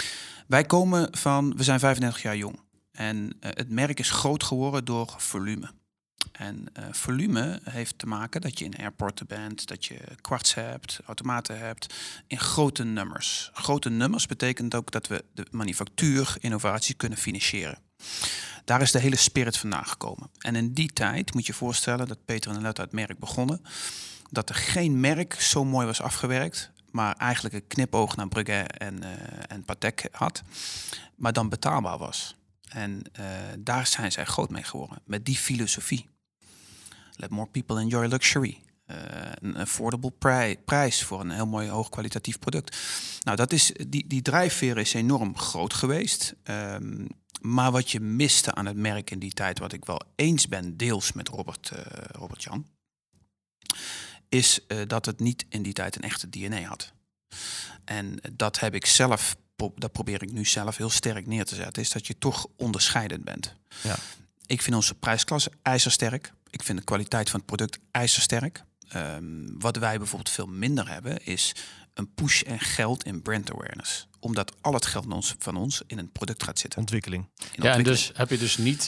We zijn 35 jaar jong. En het merk is groot geworden door volume. En volume heeft te maken dat je in airporten bent, dat je kwarts hebt, automaten hebt, in grote nummers. Grote nummers betekent ook dat we de manufactuur, innovatie kunnen financieren. Daar is de hele spirit vandaan gekomen. En in die tijd moet je je voorstellen dat Peter en Annette het merk begonnen, dat er geen merk zo mooi was afgewerkt, maar eigenlijk een knipoog naar Breguet en Patek had, maar dan betaalbaar was. En daar zijn zij groot mee geworden, met die filosofie. Let more people enjoy luxury. Een affordable prijs voor een heel mooi hoogkwalitatief product. Nou, dat is, die drijfveer is enorm groot geweest. Maar wat je miste aan het merk in die tijd, wat ik wel eens ben, deels met Robert-Jan, is dat het niet in die tijd een echte DNA had. En dat heb ik zelf, dat probeer ik nu zelf heel sterk neer te zetten, is dat je toch onderscheidend bent. Ja. Ik vind onze prijsklasse ijzersterk. Ik vind de kwaliteit van het product ijzersterk. Wat wij bijvoorbeeld veel minder hebben, is een push en geld in brand awareness. Omdat al het geld van ons in een product gaat zitten. Ontwikkeling. En dus heb je dus niet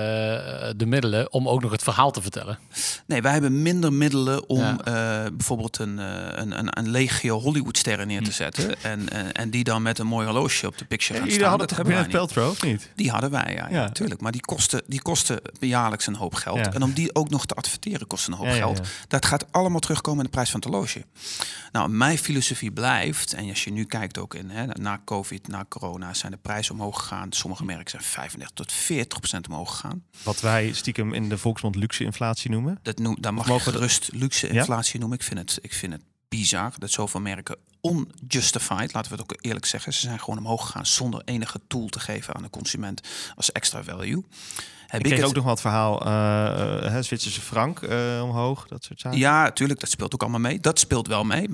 de middelen om ook nog het verhaal te vertellen? Nee, wij hebben minder middelen om bijvoorbeeld een legio Hollywoodsterren neer te zetten. En die dan met een mooi horloge op de picture gaan staan. Hadden toch Gwyneth Paltrow, of niet? Die hadden wij, ja, natuurlijk. Maar die kosten jaarlijks een hoop geld. Ja. En om die ook nog te adverteren kost een hoop geld. Ja. Dat gaat allemaal terugkomen in de prijs van het horloge. Nou, mijn filosofie blijft, en als je nu kijkt ook in, na COVID, na corona, zijn de prijzen omhoog gegaan. Sommige merken zijn 35 tot 40% omhoog gegaan. Wat wij stiekem in de volksmond luxe-inflatie noemen. Daar mag je gerust luxe-inflatie noemen. Ik vind het bizar dat zoveel merken unjustified, laten we het ook eerlijk zeggen, ze zijn gewoon omhoog gegaan zonder enige tool te geven aan de consument als extra value. Ik kreeg ook nog wat verhaal, Zwitserse frank omhoog, dat soort zaken. Ja, natuurlijk, dat speelt ook allemaal mee. Dat speelt wel mee,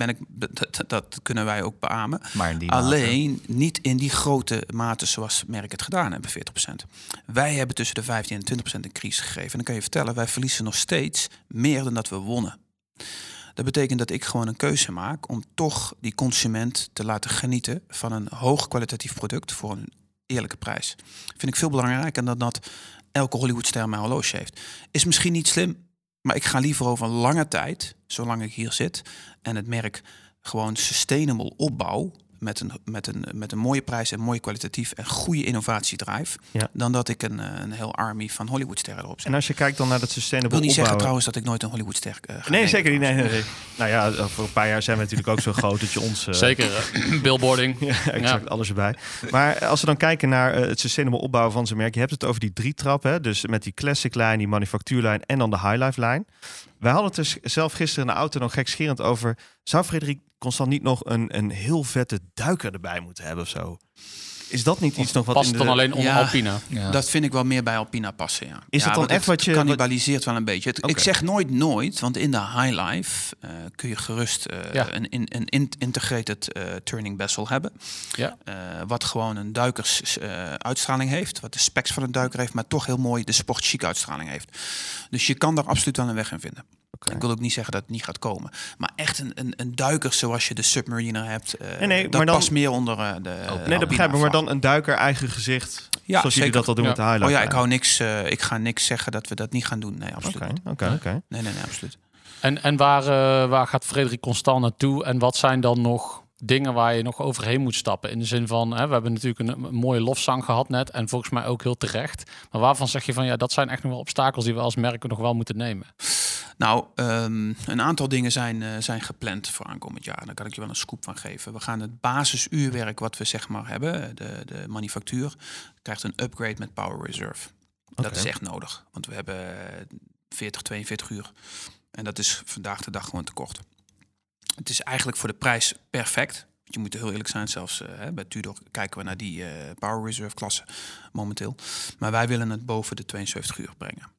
dat kunnen wij ook beamen. Maar alleen niet in die grote mate zoals merk het gedaan hebben, 40%. Wij hebben tussen de 15 en 20% een crisis gegeven. En dan kan je vertellen, wij verliezen nog steeds meer dan dat we wonnen. Dat betekent dat ik gewoon een keuze maak om toch die consument te laten genieten van een hoog kwalitatief product voor een eerlijke prijs. Vind ik veel belangrijker dan dat elke Hollywoodster mijn horloge heeft. Is misschien niet slim, maar ik ga liever over een lange tijd, zolang ik hier zit, en het merk gewoon sustainable opbouw met een mooie prijs en mooi kwalitatief en goede innovatiedrive, dan dat ik een heel army van Hollywoodsterren erop zet. En als je kijkt dan naar dat sustainable opbouw... Ik wil niet opbouwen... zeggen trouwens dat ik nooit een Hollywoodster ga Nee, zeker niet. Nee. Nou ja, voor een paar jaar zijn we natuurlijk ook zo groot dat je ons... Zeker, billboarding. Ja, exact, alles erbij. Maar als we dan kijken naar het sustainable opbouwen van zijn merk, je hebt het over die 3 trappen, hè? Dus met die classic lijn, die manufactuurlijn en dan de high life lijn. Wij hadden het dus zelf gisteren in de auto nog gekscherend over, zou Frédéric Constant niet nog een heel vette duiker erbij moeten hebben of zo? Is dat niet iets nog wat past in dan alleen onder Alpina? Ja. Dat vind ik wel meer bij Alpina passen, ja. Is het dan echt wat je... cannibaliseert wel een beetje. Ik zeg nooit, want in de High Life kun je gerust een integrated turning bezel hebben. Ja. Wat gewoon een duikers uitstraling heeft. Wat de specs van een duiker heeft, maar toch heel mooi de sportchic uitstraling heeft. Dus je kan daar absoluut wel een weg in vinden. Okay. Ik wil ook niet zeggen dat het niet gaat komen. Maar echt een duiker zoals je de Submariner hebt. Dat past meer onder dat begrijp ik. Maar dan een duiker eigen gezicht. Ja, zoals jullie dat al doen met de Highlight. Ik ga niks zeggen dat we dat niet gaan doen. Nee, absoluut. Oké. Nee, absoluut. En waar gaat Frederik Constant naartoe? En wat zijn dan nog dingen waar je nog overheen moet stappen? In de zin van, we hebben natuurlijk een mooie lofzang gehad net. En volgens mij ook heel terecht. Maar waarvan zeg je van, dat zijn echt nog wel obstakels die we als merken nog wel moeten nemen? Nou, een aantal dingen zijn gepland voor aankomend jaar. Daar kan ik je wel een scoop van geven. We gaan het basisuurwerk wat we zeg maar hebben, de manufactuur, krijgt een upgrade met Power Reserve. Okay. Dat is echt nodig. Want we hebben 40, 42 uur. En dat is vandaag de dag gewoon te kort. Het is eigenlijk voor de prijs perfect. Je moet heel eerlijk zijn, zelfs bij Tudor kijken we naar die Power Reserve klasse momenteel. Maar wij willen het boven de 72 uur brengen.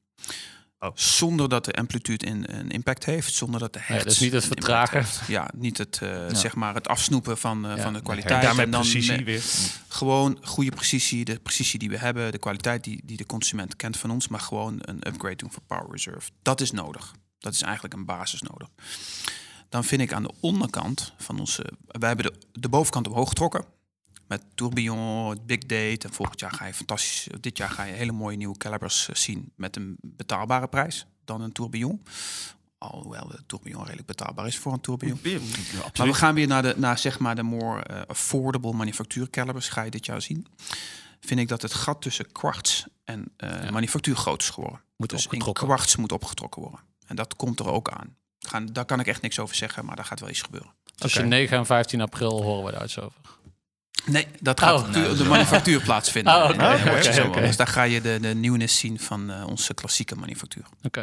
Zonder dat de amplitude een impact heeft, zonder dat de hertz... dus niet het vertragen. Ja, niet het, zeg maar het afsnoepen van de kwaliteit. En daarmee precisie weer. Gewoon goede precisie, de precisie die we hebben, de kwaliteit die de consument kent van ons, maar gewoon een upgrade doen voor Power Reserve. Dat is nodig. Dat is eigenlijk een basis nodig. Dan vind ik aan de onderkant van onze... Wij hebben de bovenkant omhoog getrokken. Met tourbillon, big date. En volgend jaar ga je fantastisch... Dit jaar ga je hele mooie nieuwe calibers zien met een betaalbare prijs dan een tourbillon. Alhoewel de tourbillon redelijk betaalbaar is voor een tourbillon. Ja, maar we gaan weer naar zeg maar de more affordable manufactuur calibers. Ga je dit jaar zien. Vind ik dat het gat tussen kwarts en manufactuur groot is geworden. Dus in kwarts moet opgetrokken worden. En dat komt er ook aan. Daar kan ik echt niks over zeggen, maar daar gaat wel iets gebeuren. Tussen 9 en 15 april horen we daar iets over. Nee, dat gaat de manufactuur plaatsvinden. Dus daar ga je de nieuwnis zien van onze klassieke manufactuur. Oké.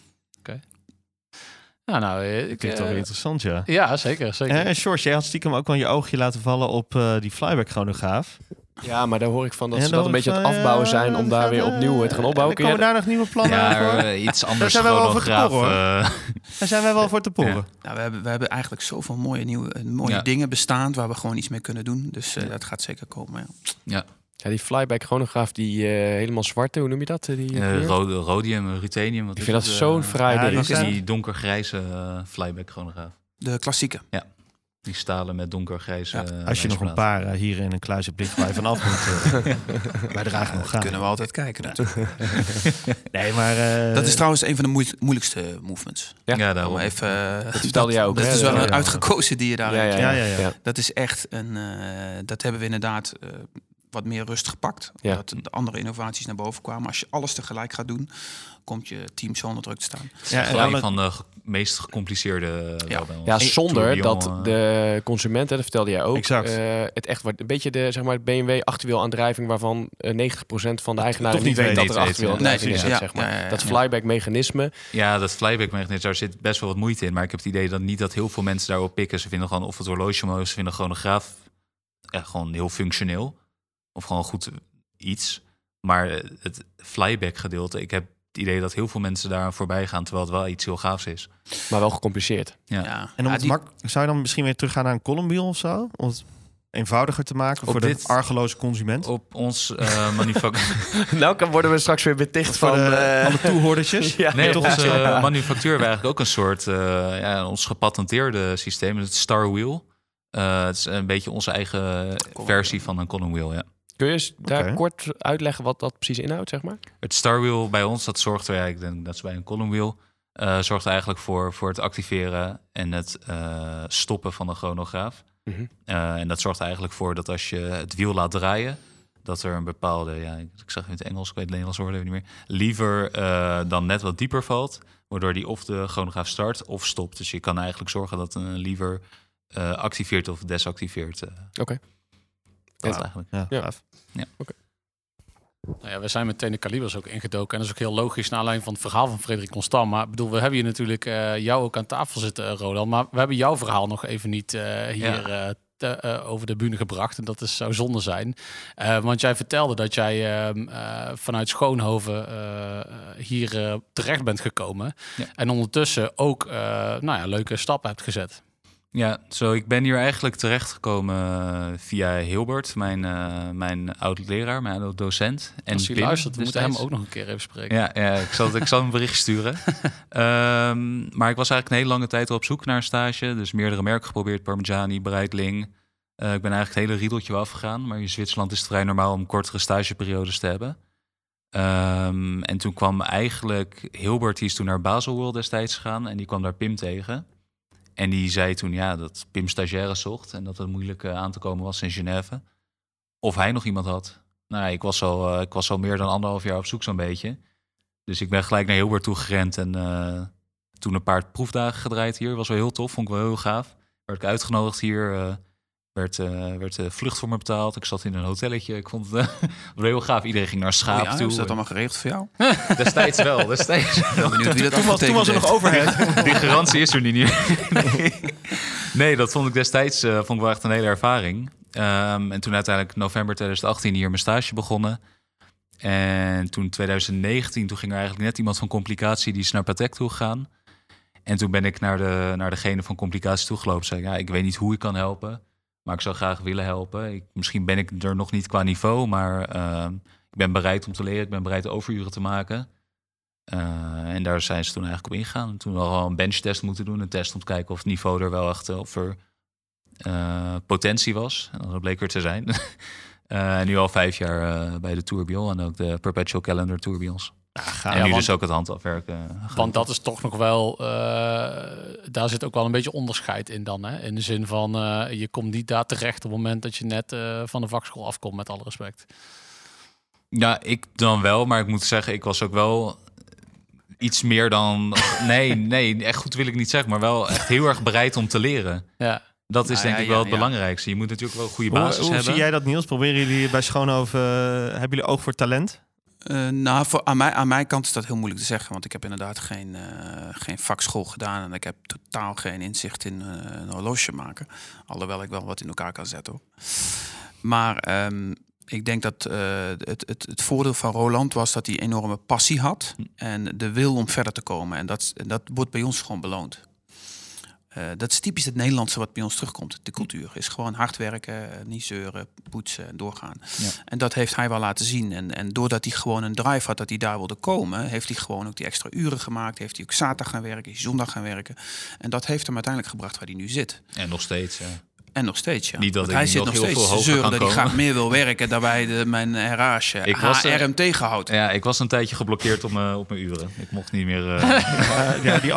Nou, ik vind het wel interessant, ja. Ja, zeker. En George, jij had stiekem ook wel je oogje laten vallen op die flyback chronograaf. Ja, maar daar hoor ik van dat ze dat een beetje aan het afbouwen zijn om daar weer opnieuw te gaan opbouwen. Komen daar nog nieuwe plannen voor? Iets anders chronograaf. Daar zijn wij wel voor te porren. Ja. Nou, we hebben eigenlijk zoveel mooie dingen bestaand waar we gewoon iets mee kunnen doen. Dus dat gaat zeker komen. Ja, die flyback chronograaf, die helemaal zwarte, hoe noem je dat? Rhodium, ruthenium. Ik vind dat zo'n fraai ding. Die donkergrijze flyback chronograaf. De klassieke. Ja. Die stalen met donkergrijze. Als je nog een paar hier in een kluis hebt liggen waar je vanaf moet. Wij dragen nog gaan. Kunnen we altijd kijken natuurlijk. Nee, maar... dat is trouwens een van de moeilijkste movements. Ja, daarom. Even, dat vertelde jij ook. Dat is wel een uitgekozen die je daarin. Ja. Dat is echt een... dat hebben we inderdaad... wat meer rust gepakt. Omdat de andere innovaties naar boven kwamen. Als je alles tegelijk gaat doen, komt je team zo onder druk te staan. Een van de meest gecompliceerde... Zonder dat de consumenten, dat vertelde jij ook, het echt wordt een beetje de BMW achterwielaandrijving waarvan 90% van de eigenaren niet weet dat er achterwielaandrijving is. Zeg maar. Dat flyback mechanisme. Ja, dat flyback mechanisme, daar zit best wel wat moeite in. Maar ik heb het idee dat niet dat heel veel mensen daarop pikken. Ze vinden gewoon of het horlogemodus, ze vinden chronograaf gewoon heel functioneel. Of gewoon goed iets. Maar het flyback gedeelte, ik heb het idee dat heel veel mensen daar voorbij gaan, terwijl het wel iets heel gaafs is. Maar wel gecompliceerd. Ja. En om zou je dan misschien weer teruggaan naar een column wheel of zo? Om het eenvoudiger te maken voor de argeloze consument? Op ons manufactuur... Nou, worden we straks weer beticht van... alle toehoordertjes? Nee, op onze manufactuur hebben we eigenlijk ook een soort... ons gepatenteerde systeem, het Star Wheel. Het is een beetje onze eigen versie van een column wheel, ja. Kun je eens daar kort uitleggen wat dat precies inhoudt, zeg maar? Het Star Wheel bij ons, dat zorgt er, ik denk dat is bij een column wheel, zorgt eigenlijk voor het activeren en het stoppen van de chronograaf. Mm-hmm. En dat zorgt er eigenlijk voor dat als je het wiel laat draaien, dat er een bepaalde, ik zeg in het Engels, ik weet het Nederlands woord even niet meer, lever dan net wat dieper valt, waardoor die of de chronograaf start of stopt. Dus je kan eigenlijk zorgen dat een lever activeert of desactiveert. Oké. Dat eigenlijk. Ja. Oké. Nou ja, we zijn meteen de kalibers ook ingedoken. En dat is ook heel logisch naar aanleiding van het verhaal van Frederik Constant. Maar ik bedoel, we hebben hier natuurlijk jou ook aan tafel zitten, Roland. Maar we hebben jouw verhaal nog even niet hier over de bühne gebracht. En dat zou zonde zijn. Want jij vertelde dat jij vanuit Schoonhoven hier terecht bent gekomen. Ja. En ondertussen ook leuke stappen hebt gezet. Ja, ik ben hier eigenlijk terechtgekomen via Hilbert, mijn oud-leraar, mijn oud-docent. En als hij luistert, we moeten hem ook nog een keer even spreken. Ja, ik zal een bericht sturen. Maar ik was eigenlijk een hele lange tijd al op zoek naar een stage. Dus meerdere merken geprobeerd, Parmigiani, Breitling. Ik ben eigenlijk het hele riedeltje wel afgegaan. Maar in Zwitserland is het vrij normaal om kortere stageperiodes te hebben. En toen kwam eigenlijk Hilbert, die is toen naar Baselworld destijds gegaan. En die kwam daar Pim tegen. En die zei toen dat Pim stagiaires zocht en dat het moeilijk aan te komen was in Genève. Of hij nog iemand had. Nou, ik was al meer dan 1,5 jaar op zoek zo'n beetje. Dus ik ben gelijk naar Hilbert toe gerend en toen een paar proefdagen gedraaid hier. Was wel heel tof, vond ik wel heel gaaf. Werd ik uitgenodigd hier, werd de vlucht voor me betaald. Ik zat in een hotelletje, ik vond het wel heel gaaf. Iedereen ging naar Schaap toe. Is dat allemaal geregeld voor jou? Destijds wel. Benieuwd wie dat toen was er nog overheid. Die garantie is er niet. Nee, dat vond ik destijds vond ik wel echt een hele ervaring. En toen uiteindelijk november 2018 hier mijn stage begonnen. En toen 2019, toen ging er eigenlijk net iemand van Complicatie, die is naar Patek toe gegaan. En toen ben ik naar degene van Complicatie toegelopen. Zei ik weet niet hoe ik kan helpen, maar ik zou graag willen helpen. Misschien ben ik er nog niet qua niveau, maar ik ben bereid om te leren. Ik ben bereid overuren te maken. En daar zijn ze toen eigenlijk op ingegaan. En toen al een benchtest moeten doen. Een test om te kijken of het niveau er wel echt of er potentie was. En dat bleek er te zijn. En nu al 5 jaar bij de Tourbillon en ook de Perpetual Calendar Tourbillons. En nu dus ook het handafwerken. Want dat is toch nog wel... daar zit ook wel een beetje onderscheid in dan. Hè? In de zin van, je komt niet daar terecht op het moment dat je net van de vakschool afkomt, met alle respect. Ja, ik dan wel. Maar ik moet zeggen, ik was ook wel iets meer dan... Nee, echt goed wil ik niet zeggen. Maar wel echt heel erg bereid om te leren. Ja. Dat is denk ik wel het belangrijkste. Je moet natuurlijk wel een goede basis hebben. Hoe zie jij dat, Niels? Proberen jullie bij Schoonhoven... hebben jullie oog voor talent? Aan mijn kant is dat heel moeilijk te zeggen. Want ik heb inderdaad geen vakschool gedaan. En ik heb totaal geen inzicht in een horloge maken. Alhoewel ik wel wat in elkaar kan zetten, hoor. Maar ik denk dat het voordeel van Roland was dat hij enorme passie had. En de wil om verder te komen. En dat wordt bij ons gewoon beloond. Dat is typisch het Nederlandse wat bij ons terugkomt. De cultuur is gewoon hard werken, niet zeuren, poetsen en doorgaan. Ja. En dat heeft hij wel laten zien. En doordat hij gewoon een drive had dat hij daar wilde komen, heeft hij gewoon ook die extra uren gemaakt. Heeft hij ook zaterdag gaan werken, zondag gaan werken. En dat heeft hem uiteindelijk gebracht waar hij nu zit. En nog steeds, ja. En nog steeds, ja. Niet dat hij zit nog steeds te zeuren dat hij graag meer wil werken. Daarbij mijn RH hem tegenhoudt. Ja, ik was een tijdje geblokkeerd op mijn uren. Ik mocht niet meer... die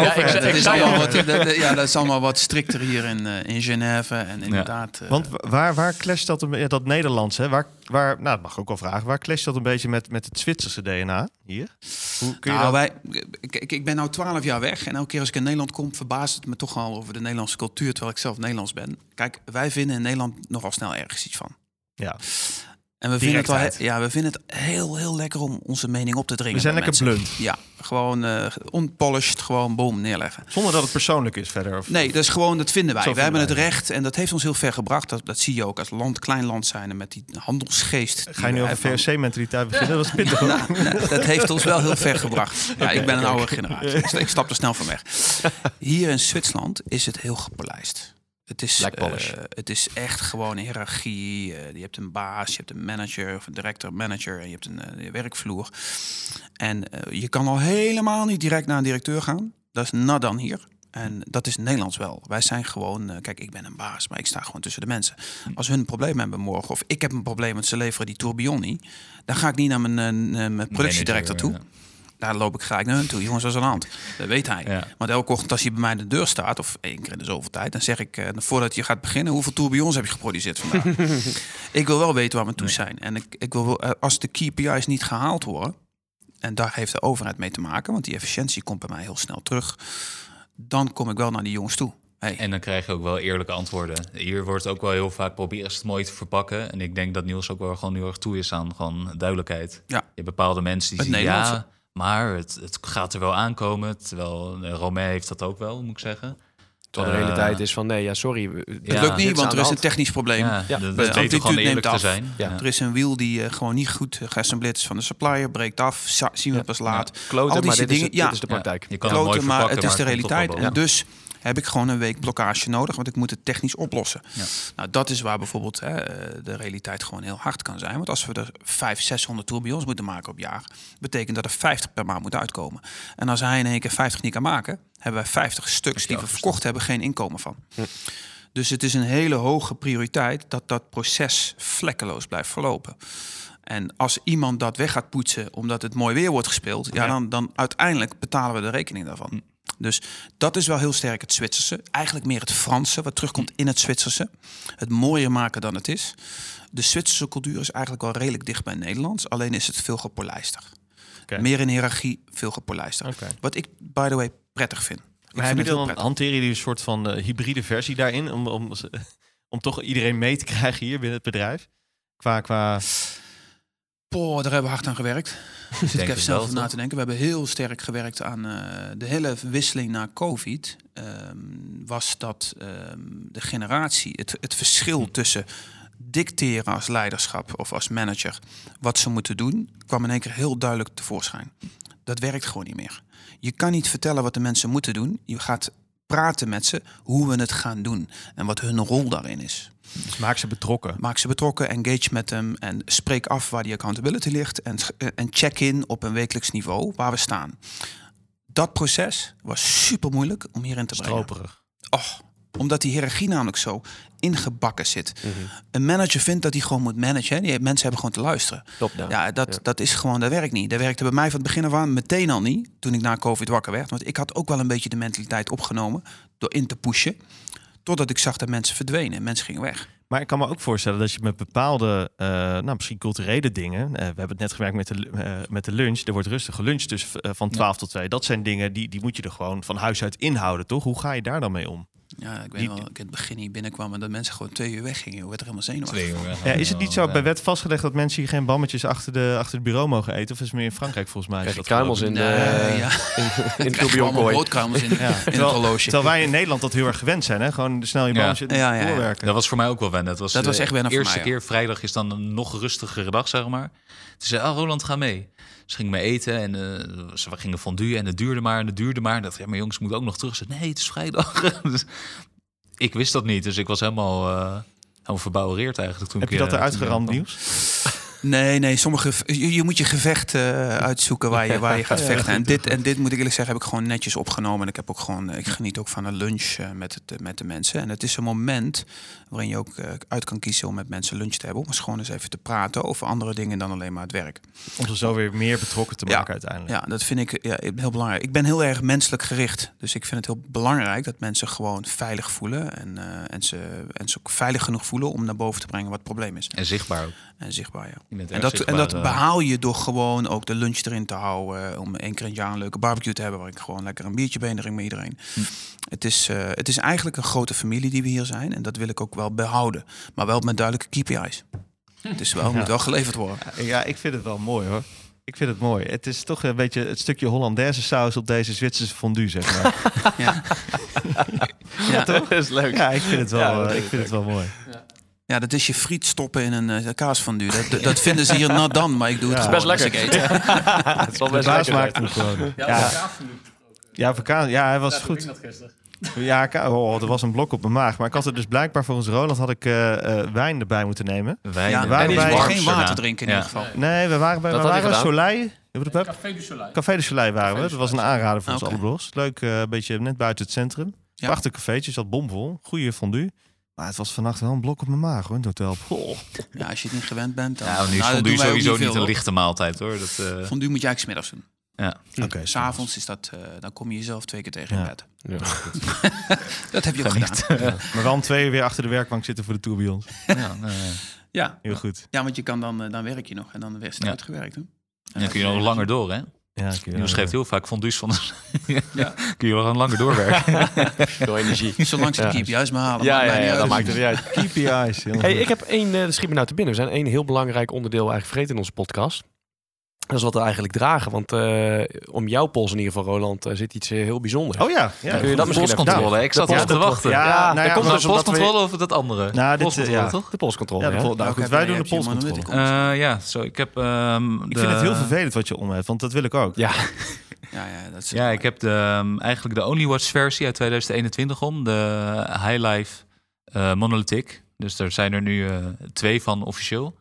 dat is allemaal wat strikter hier in Genève. En inderdaad... Want waar clasht dat Nederlands? Hè? Waar, dat mag ik ook wel vragen. Waar clasht dat een beetje met het Zwitserse DNA hier? Hoe kun je ik ben nu 12 jaar weg. En elke keer als ik in Nederland kom, verbaast het me toch al over de Nederlandse cultuur, terwijl ik zelf Nederlands ben. Kijk, wij vinden in Nederland nogal snel ergens iets van. Ja. En we vinden het heel, heel lekker om onze mening op te dringen. We zijn lekker blunt. Ja, gewoon unpolished, gewoon boom neerleggen. Zonder dat het persoonlijk is verder? Nee, dat is gewoon, dat vinden wij. Wij hebben het recht en dat heeft ons heel ver gebracht. Dat zie je ook als klein land zijn en met die handelsgeest. Ga je nu over VOC-mentaliteit beginnen? Dat is pittig. Dat heeft ons wel heel ver gebracht. Ja, ik ben een oude generatie. Ik stap er snel van weg. Hier in Zwitserland is het heel gepolijst. Het is echt gewoon een hiërarchie. Je hebt een baas, je hebt een manager of een director-manager en je hebt een werkvloer. En je kan al helemaal niet direct naar een directeur gaan. Dat is nat dan hier. En dat is Nederlands wel. Wij zijn gewoon... kijk, ik ben een baas, maar ik sta gewoon tussen de mensen. Als hun een probleem hebben morgen, of ik heb een probleem, want ze leveren die tourbillon niet, dan ga ik niet naar mijn productiedirecteur toe. Ja. Daar loop ik graag naar hun toe. Jongens, dat is aan de hand. Dat weet hij. Ja. Want elke ochtend als hij bij mij aan de deur staat, of 1 keer in de zoveel tijd, dan zeg ik, voordat je gaat beginnen, hoeveel tourbillons heb je geproduceerd vandaag? Ik wil wel weten waar we toe zijn. En ik wil wel, als de KPI's niet gehaald worden, en daar heeft de overheid mee te maken, want die efficiëntie komt bij mij heel snel terug, dan kom ik wel naar die jongens toe. Hey. En dan krijg je ook wel eerlijke antwoorden. Hier wordt ook wel heel vaak proberen het mooi te verpakken. En ik denk dat Niels ook wel gewoon heel erg toe is aan gewoon duidelijkheid. Ja. Je hebt bepaalde mensen die zeggen, ja, maar het gaat er wel aankomen. Terwijl Romain heeft dat ook wel, moet ik zeggen. Terwijl de realiteit is van, sorry. Het lukt niet, want er is een technisch probleem. Dat beter gewoon eerlijk te zijn. Er is een wiel die gewoon niet goed geassembleerd is van de supplier, breekt af, zien we pas laat. Kloten, al die maar dit dingen, is de praktijk. Je kan kloten, maar het is de maar realiteit. En dus heb ik gewoon een week blokkage nodig, want ik moet het technisch oplossen. Ja. Nou, dat is waar bijvoorbeeld de realiteit gewoon heel hard kan zijn. Want als we er 500-600 tourbillons moeten maken op jaar, betekent dat er 50 per maand moeten uitkomen. En als hij in één keer 50 niet kan maken, hebben wij 50 stuks die we verkocht hebben geen inkomen van. Dus het is een hele hoge prioriteit dat dat proces vlekkeloos blijft verlopen. En als iemand dat weg gaat poetsen omdat het mooi weer wordt gespeeld, dan uiteindelijk betalen we de rekening daarvan. Dus dat is wel heel sterk het Zwitserse. Eigenlijk meer het Franse, wat terugkomt in het Zwitserse. Het mooier maken dan het is. De Zwitserse cultuur is eigenlijk wel redelijk dicht bij Nederlands. Alleen is het veel gepolijster. Meer in hiërarchie, veel gepolijster. Wat ik, by the way, prettig vind. Maar hanteren jullie een soort van hybride versie daarin? Om toch iedereen mee te krijgen hier binnen het bedrijf? Qua... Daar hebben we hard aan gewerkt. Zit ik even zelf over na te denken. We hebben heel sterk gewerkt aan de hele wisseling na COVID. Was dat de generatie, het verschil tussen dicteren als leiderschap of als manager wat ze moeten doen, kwam in één keer heel duidelijk tevoorschijn. Dat werkt gewoon niet meer. Je kan niet vertellen wat de mensen moeten doen. Je gaat praten met ze hoe we het gaan doen en wat hun rol daarin is. Dus maak ze betrokken. Maak ze betrokken, engage met hem en spreek af waar die accountability ligt en check in op een wekelijks niveau waar we staan. Dat proces was super moeilijk om hierin te brengen. Stroperig. Omdat die hiërarchie namelijk zo ingebakken zit. Een manager vindt dat hij gewoon moet managen. Die mensen hebben gewoon te luisteren. Dat is gewoon, dat werkt niet. Dat werkte bij mij van het begin af aan meteen al niet. Toen ik na COVID wakker werd. Want ik had ook wel een beetje de mentaliteit opgenomen door in te pushen. Totdat ik zag dat mensen verdwenen en mensen gingen weg. Maar ik kan me ook voorstellen dat je met bepaalde, misschien culturele dingen... we hebben het net gewerkt met de lunch. Er wordt rustig geluncht dus van 12 tot 2. Dat zijn dingen die moet je er gewoon van huis uit inhouden, toch? Hoe ga je daar dan mee om? Ja, ik weet wel, ik in het begin niet binnenkwam en dat mensen gewoon 2 uur weggingen. Je werd er helemaal zenuwachtig. Ja, is het niet zo bij wet vastgelegd dat mensen hier geen bammetjes achter het bureau mogen eten? Of is het meer in Frankrijk volgens mij? Krijg je kruimels in in tourbillon broodkruimels in het horloge. Terwijl wij in Nederland dat heel erg gewend zijn, hè? Gewoon snel je bammetje doorwerken. Dat was voor mij ook wel wennen. Dat was echt wennen de eerste voor mij, keer. Vrijdag is dan een nog rustigere dag, zeg maar. Toen zei Roland, ga mee. Ze gingen mee eten en ze gingen fondue en het duurde maar en het duurde maar. Dat maar jongens, moeten ook nog terug. Ze nee, het is vrijdag. Dus ik wist dat niet, dus ik was helemaal verbouwereerd eigenlijk. Toen Heb je dat eruit geramd nieuws? Nee, je moet je gevecht uitzoeken waar je gaat vechten. En dit moet ik eerlijk zeggen, heb ik gewoon netjes opgenomen. En ik heb ook ik geniet ook van een lunch met de mensen. En het is een moment waarin je ook uit kan kiezen om met mensen lunch te hebben. Om eens gewoon eens even te praten over andere dingen dan alleen maar het werk. Om ze zo weer meer betrokken te maken uiteindelijk. Ja, dat vind ik heel belangrijk. Ik ben heel erg menselijk gericht. Dus ik vind het heel belangrijk dat mensen gewoon veilig voelen. En ze ook veilig genoeg voelen om naar boven te brengen wat het probleem is. En zichtbaar ook. En zichtbaar, ja. En dat behaal je door gewoon ook de lunch erin te houden. Om 1 keer in het jaar een leuke barbecue te hebben. Waar ik gewoon lekker een biertje bij drink met iedereen. Het is eigenlijk een grote familie die we hier zijn. En dat wil ik ook wel behouden. Maar wel met duidelijke KPI's. Het is wel, moet wel geleverd worden. Ja, ik vind het wel mooi hoor. Ik vind het mooi. Het is toch een beetje het stukje Hollandaise saus op deze Zwitserse fondue, zeg maar. Ja, toch? Dat is leuk. Ja, ik vind het wel, ik vind het wel mooi. Ja, dat is je friet stoppen in een kaasfondue. Dat vinden ze hier not dan, maar ik doe het gewoon best lekker. Als ik eet. Het is wel best lekker. Maakt hem gewoon. Ja, hij was goed. Ja, er was een blok op mijn maag. Maar ik had er dus blijkbaar volgens Roland had ik wijn erbij moeten nemen. Wijn. Ja, waren en bij geen water drinken in ieder geval. Nee, we waren bij Soleil. Café du Soleil. Café du Soleil waren we. Dat was een aanrader voor ons allebei. Leuk, beetje net buiten het centrum. Prachtig cafeetje, zat bomvol. Goeie fondue. Maar het was vannacht wel een blok op mijn maag hoor, in het hotel. Ja, als je het niet gewend bent, dan... Ja, nu is fondue sowieso niet een lichte maaltijd hoor. Fondue moet je eigenlijk 's middags doen. Ja. Okay, 's avonds is dat, dan kom je jezelf 2 keer tegen in bed. Ja. Dat heb je ook gedaan. Ja. Maar wel om 2 uur weer achter de werkbank zitten voor de tourbillons. Ja, heel goed. Ja, want je kan dan werk je nog en dan weer uitgewerkt. Hè? En dan kun je nog langer door, hè? Ja, Nieuws geeft heel vaak fondues van. Kun je wel gaan langer doorwerken. Door energie. Zolang ze de KPI's maar halen. Ja, dat maakt het niet uit. KPI's. Hey, ik heb 1, dat schiet me nou te binnen. We zijn 1 heel belangrijk onderdeel eigenlijk vergeten in onze podcast. Dat is wat we eigenlijk dragen. Want om jouw pols in ieder geval, Roland, zit iets heel bijzonders. Oh ja. Kun je dat misschien polscontrole? Ik zat op te wachten. Komt dus polscontrole of dat andere? Nou, polscontrole, toch? De polscontrole. Goed, wij doen de polscontrole. Ik heb... ik vind het heel vervelend wat je om hebt, want dat wil ik ook. Ja. Ik heb eigenlijk de Only Watch versie uit 2021 om. De High Life Monolithic. Dus er zijn er nu 2 van officieel.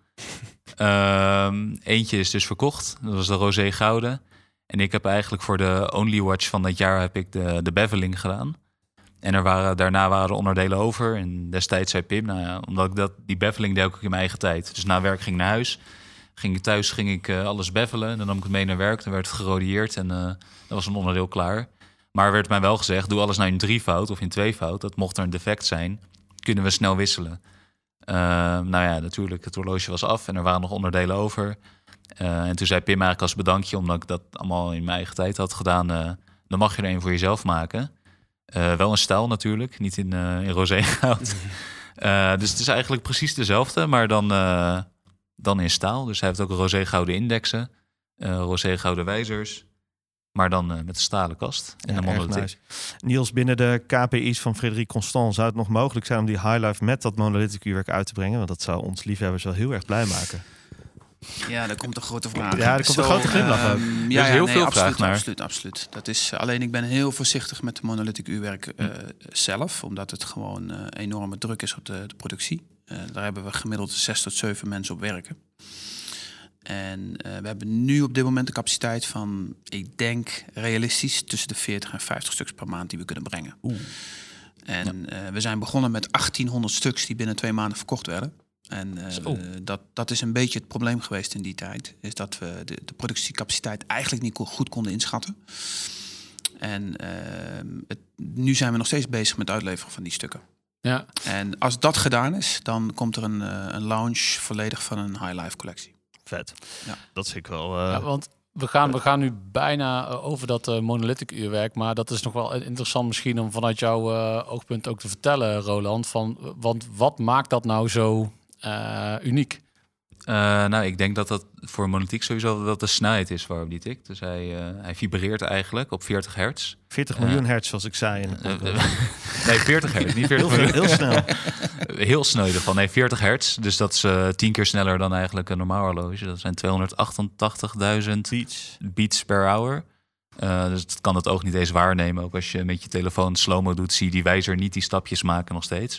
Eentje is dus verkocht. Dat was de Rosé Gouden. En ik heb eigenlijk voor de Only Watch van dat jaar heb ik de beveling gedaan. En daarna waren er onderdelen over. En destijds zei Pim, omdat ik die beveling deed ook in mijn eigen tijd. Dus na werk ging ik naar huis. Ging ik alles bevelen. Dan nam ik het mee naar werk. Dan werd het gerodieerd en dat was een onderdeel klaar. Maar werd mij wel gezegd, doe alles nou in 3-fout of in 2-fout. Dat mocht er een defect zijn, kunnen we snel wisselen. Natuurlijk, het horloge was af en er waren nog onderdelen over. En toen zei Pim eigenlijk als bedankje, omdat ik dat allemaal in mijn eigen tijd had gedaan, dan mag je er een voor jezelf maken. Wel in staal natuurlijk, niet in rosé goud. Dus het is eigenlijk precies dezelfde, maar dan in staal. Dus hij heeft ook een rosé gouden indexen, rosé gouden wijzers. Maar dan met de stalen kast en de monolithic. Nice. Niels, binnen de KPI's van Frédéric Constant zou het nog mogelijk zijn om die High Life met dat monolithic uurwerk uit te brengen? Want dat zou ons liefhebbers wel heel erg blij maken. Ja, daar komt een grote vraag. Ja, er komt een grote glimlach ook. Veel vraag naar. Absoluut. Dat is, alleen ik ben heel voorzichtig met de monolithic uurwerk zelf. Omdat het gewoon enorme druk is op de productie. Daar hebben we gemiddeld 6 tot 7 mensen op werken. En we hebben nu op dit moment de capaciteit van, ik denk realistisch, tussen de 40 en 50 stuks per maand die we kunnen brengen. En we zijn begonnen met 1800 stuks die binnen 2 maanden verkocht werden. En dat is een beetje het probleem geweest in die tijd. Is dat we de productiecapaciteit eigenlijk niet goed konden inschatten. En nu zijn we nog steeds bezig met uitleveren van die stukken. Ja. En als dat gedaan is, dan komt er een launch volledig van een High Life collectie. Vet. Ja. Dat is ik wel... want we gaan nu bijna over dat monolithic uurwerk. Maar dat is nog wel interessant misschien om vanuit jouw oogpunt ook te vertellen, Roland. Want wat maakt dat nou zo uniek? Ik denk dat voor monolithiek sowieso dat de snelheid is waarop die tikt. Dus hij vibreert eigenlijk op 40 hertz. 40 miljoen hertz, zoals ik zei. Nee, 40 hertz, niet 40 miljoen. Heel snel. Heel snel van. Nee, 40 hertz. Dus dat is 10 keer sneller dan eigenlijk een normaal horloge. Dat zijn 288.000 beats per hour. Dus dat kan het oog niet eens waarnemen. Ook als je met je telefoon slow-mo doet, zie je die wijzer niet die stapjes maken nog steeds.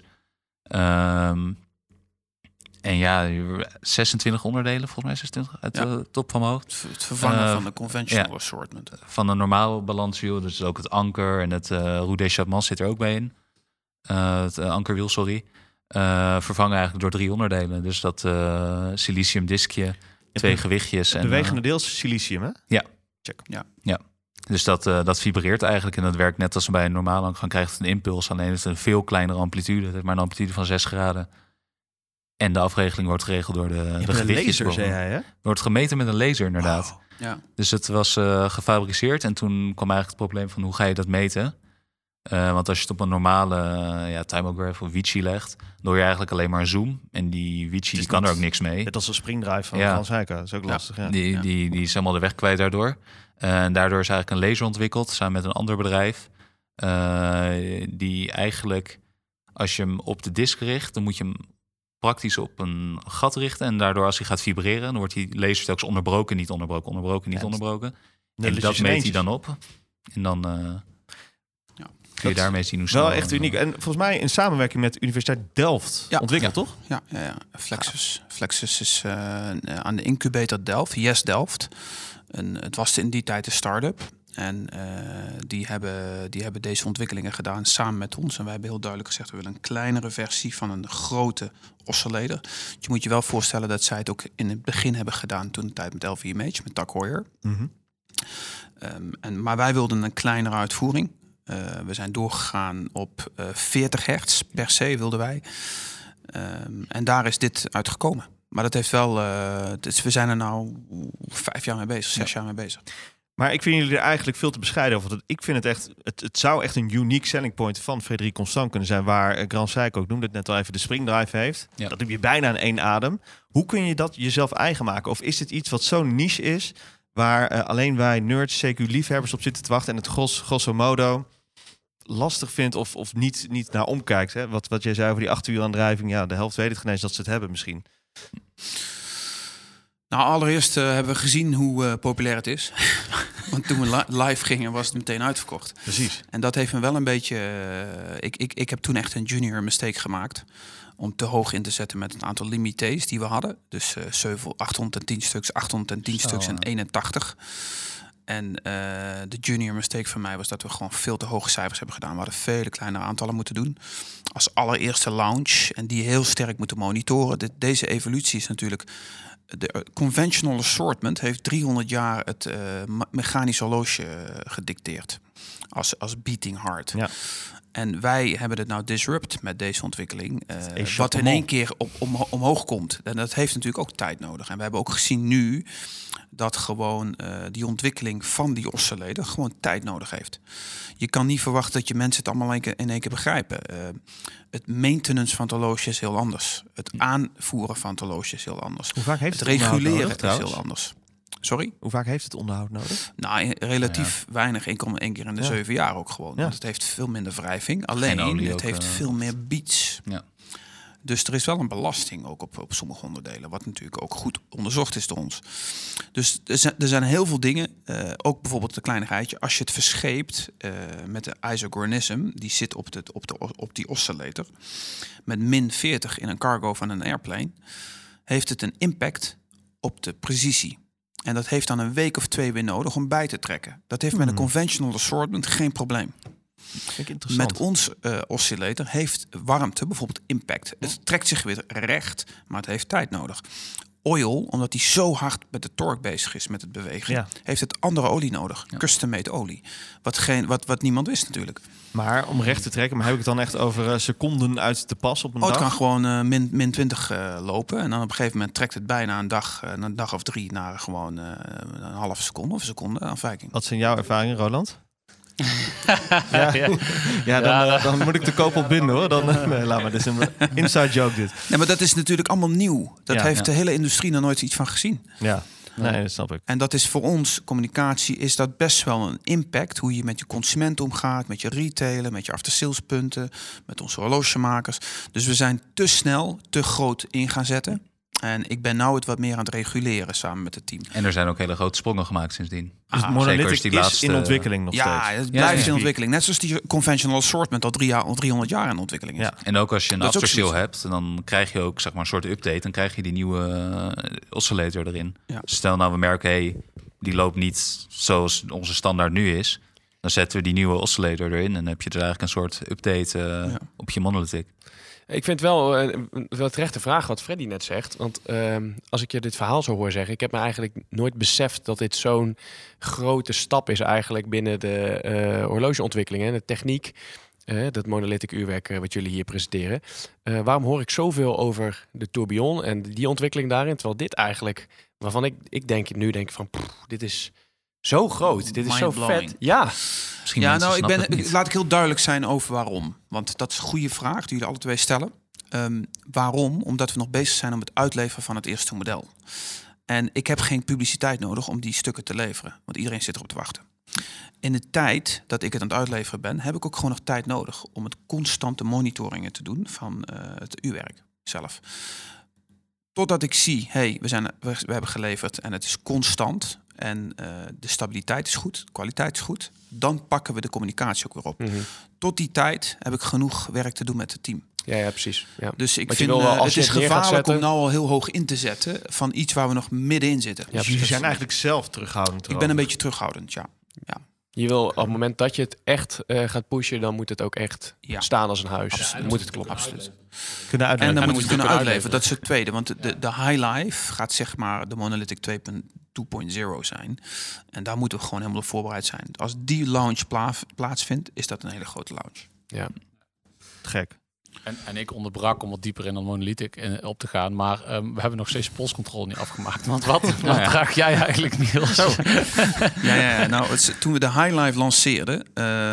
En ja, 26 onderdelen, volgens mij 26 uit de top van mijn hoofd. Het vervangen van de conventional assortment. Van een normaal balanswiel, dus ook het anker en het roue d'échappement zit er ook bij in. Het ankerwiel, sorry. Vervangen eigenlijk door 3 onderdelen. Dus dat silicium diskje, 2 gewichtjes. Bewegende deels silicium, hè? Ja. Check. Ja. Dus dat vibreert eigenlijk en dat werkt net als bij een normaal anker. Dan krijgt het een impuls, alleen het is een veel kleinere amplitude. Het heeft maar een amplitude van 6 graden. En de afregeling wordt geregeld door de gewichtjes. Laser, zei hij, hè? Wordt gemeten met een laser, inderdaad. Wow. Ja. Dus het was gefabriceerd. En toen kwam eigenlijk het probleem van hoe ga je dat meten? Want als je het op een normale Timograph of Vici legt, dan hoor je eigenlijk alleen maar een zoom. En die Vici die kan er ook niks mee. Net als een springdrive van Frans Heijken. Dat is ook lastig. Ja. Die is helemaal de weg kwijt daardoor. En daardoor is eigenlijk een laser ontwikkeld, samen met een ander bedrijf. Die eigenlijk, als je hem op de disk richt, dan moet je hem praktisch op een gat richten. En daardoor als hij gaat vibreren, dan wordt die laser telkens onderbroken, niet onderbroken, onderbroken, niet onderbroken. En dat meet hij dan op. En dan kun je daarmee zien hoe snel. Wel echt uniek. En volgens mij in samenwerking met de Universiteit Delft ontwikkeld, toch? Ja. Flexus is aan de incubator Delft, Yes Delft. Het was in die tijd een start-up. En die hebben deze ontwikkelingen gedaan samen met ons. En wij hebben heel duidelijk gezegd, we willen een kleinere versie van een grote oscillator. Je moet je wel voorstellen dat zij het ook in het begin hebben gedaan toen de tijd met LVMH, met Tag Heuer. Mm-hmm. Maar wij wilden een kleinere uitvoering. We zijn doorgegaan op 40 hertz per se wilden wij. En daar is dit uitgekomen. Maar dat heeft wel, we zijn er nou 5 jaar mee bezig, 6 jaar mee bezig. Maar ik vind jullie er eigenlijk veel te bescheiden over. Ik vind het echt, het zou echt een unique selling point van Frédéric Constant kunnen zijn, waar Grand Seiko, ik noemde het net al even, de springdrive heeft. Ja. Dat heb je bijna in 1 adem. Hoe kun je dat jezelf eigen maken? Of is dit iets wat zo niche is, waar alleen wij nerds, CQ-liefhebbers op zitten te wachten en het grosso modo lastig vindt of niet naar omkijkt? Hè? Wat jij zei over die 8 uur aandrijving, ja, de helft weet het geen eens dat ze het hebben misschien. Nou, allereerst hebben we gezien hoe populair het is. Want toen we live gingen, was het meteen uitverkocht. Precies. En dat heeft me wel een beetje... Ik heb toen echt een junior mistake gemaakt. Om te hoog in te zetten met een aantal limités die we hadden. Dus 810 stuks, 810 stuks en 81. En de junior mistake van mij was dat we gewoon veel te hoge cijfers hebben gedaan. We hadden vele kleinere aantallen moeten doen. Als allereerste launch. En die heel sterk moeten monitoren. Deze evolutie is natuurlijk... De conventional assortment heeft 300 jaar het mechanisch horloge gedicteerd. Als beating heart. Ja. En wij hebben het nou disrupt met deze ontwikkeling. Wat in één keer omhoog komt. En dat heeft natuurlijk ook tijd nodig. En we hebben ook gezien nu dat gewoon die ontwikkeling van die oscillator gewoon tijd nodig heeft. Je kan niet verwachten dat je mensen het allemaal in één keer begrijpen. Het maintenance van het horloge is heel anders. Het aanvoeren van het horloge is heel anders. Hoe vaak heeft het reguleren nodig, is heel anders. Sorry? Hoe vaak heeft het onderhoud nodig? Nou, relatief weinig. 1 keer in de 7 jaar ook gewoon. Ja. Want het heeft veel minder wrijving. Alleen, het heeft veel meer beats. Ja. Dus er is wel een belasting ook op sommige onderdelen. Wat natuurlijk ook goed onderzocht is door ons. Dus er zijn heel veel dingen. Ook bijvoorbeeld een kleinigheidje. Als je het verscheept met de isochronism. Die zit op die oscillator. Met min 40 in een cargo van een airplane. Heeft het een impact op de precisie. En dat heeft dan een week of 2 weer nodig om bij te trekken. Dat heeft met een conventional assortment geen probleem. Met ons oscillator heeft warmte bijvoorbeeld impact. Het trekt zich weer recht, maar het heeft tijd nodig. Oil, omdat hij zo hard met de torque bezig is met het bewegen, heeft het andere olie nodig. Ja. Custom-made olie. Wat niemand wist natuurlijk. Maar om recht te trekken, maar heb ik het dan echt over seconden uit de pas op een dag? Het kan gewoon min 20 lopen. En dan op een gegeven moment trekt het bijna een dag of 3 naar gewoon een halve seconde of een seconde afwijking. Wat zijn jouw ervaringen, Roland? Dan moet ik de koop op binden hoor. Nee, laat maar, dit is een inside joke dit. Nee, maar dat is natuurlijk allemaal nieuw. Dat heeft de hele industrie nog nooit iets van gezien. Ja, nee, dat snap ik. En dat is voor ons, communicatie, is dat best wel een impact. Hoe je met je consument omgaat, met je retailer, met je aftersalesppunten, met onze horlogemakers. Dus we zijn te snel, te groot in gaan zetten. En ik ben nou het wat meer aan het reguleren samen met het team. En er zijn ook hele grote sprongen gemaakt sindsdien. Dus Monolithic is in ontwikkeling nog steeds. Ja, het blijft in ontwikkeling. Net zoals die conventional assortment al 300 jaar in ontwikkeling is. Ja. En ook als je een aftersale hebt, dan krijg je ook zeg maar een soort update. Dan krijg je die nieuwe oscillator erin. Ja. Stel nou we merken, die loopt niet zoals onze standaard nu is. Dan zetten we die nieuwe oscillator erin. En dan heb je dus eigenlijk een soort update op je Monolithic. Ik vind wel een terechte vraag wat Freddy net zegt. Want als ik je dit verhaal zo hoor zeggen... ik heb me eigenlijk nooit beseft dat dit zo'n grote stap is eigenlijk binnen de horlogeontwikkeling. De techniek, dat monolithic uurwerk wat jullie hier presenteren. Waarom hoor ik zoveel over de tourbillon en die ontwikkeling daarin? Terwijl dit eigenlijk, waarvan ik denk van, dit is zo groot. Dit is zo vet. Ja. Laat ik heel duidelijk zijn over waarom. Want dat is een goede vraag die jullie alle twee stellen. Waarom? Omdat we nog bezig zijn om het uitleveren van het eerste model. En ik heb geen publiciteit nodig om die stukken te leveren. Want iedereen zit erop te wachten. In de tijd dat ik het aan het uitleveren ben, heb ik ook gewoon nog tijd nodig om het constante monitoringen te doen van het uurwerk zelf. Totdat ik zie, we hebben geleverd en het is constant. En de stabiliteit is goed, de kwaliteit is goed. Dan pakken we de communicatie ook weer op. Mm-hmm. Tot die tijd heb ik genoeg werk te doen met het team. Ja, precies. Ja. Dus ik vind het is gevaarlijk om nou al heel hoog in te zetten van iets waar we nog middenin zitten. Dus jullie zijn eigenlijk zelf terughoudend. Ik ben een beetje terughoudend, ja. Je wil op het moment dat je het echt gaat pushen, dan moet het ook echt staan als een huis. Absoluut. Dan moet het kloppen. Absoluut. Kunnen uitleveren. En dan moet je kunnen uitleveren. Dat is het tweede. Want de high life gaat zeg maar de Monolithic 2.0 zijn. En daar moeten we gewoon helemaal op voorbereid zijn. Als die launch plaatsvindt, is dat een hele grote launch. Ja. Gek. En ik onderbrak om wat dieper in de monolithic op te gaan. Maar we hebben nog steeds polscontrole niet afgemaakt. Want wat draag jij eigenlijk, Niels? Nou, toen we de Highlife lanceerden,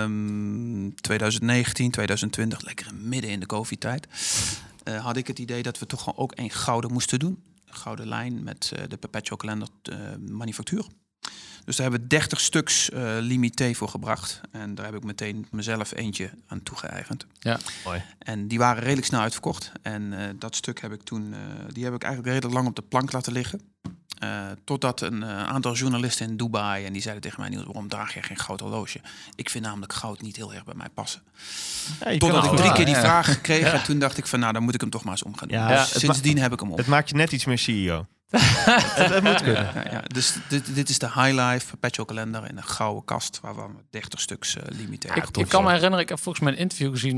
2019, 2020, lekker midden in de COVID-tijd, had ik het idee dat we toch gewoon ook 1 gouden moesten doen. Een gouden lijn met de Perpetual Calendar manufactuur. Dus daar hebben we 30 stuks limité voor gebracht. En daar heb ik meteen mezelf eentje aan toegeëigend. Ja, mooi. En die waren redelijk snel uitverkocht. En dat stuk heb ik toen, die heb ik eigenlijk redelijk lang op de plank laten liggen. Totdat een aantal journalisten in Dubai, en die zeiden tegen mij, Niels, waarom draag je geen goud horloge? Ik vind namelijk goud niet heel erg bij mij passen. Ja, totdat ik 3 keer die vraag kreeg. En toen dacht ik van, nou, dan moet ik hem toch maar eens om gaan doen. Ja, dus sindsdien heb ik hem op. Het maakt je net iets meer CEO. Het moet kunnen. Dus dit is de Highlife Perpetual Calendar in een gouden kast waarvan we 30 stuks limiteren. Ik kan me herinneren, ik heb volgens mij een interview gezien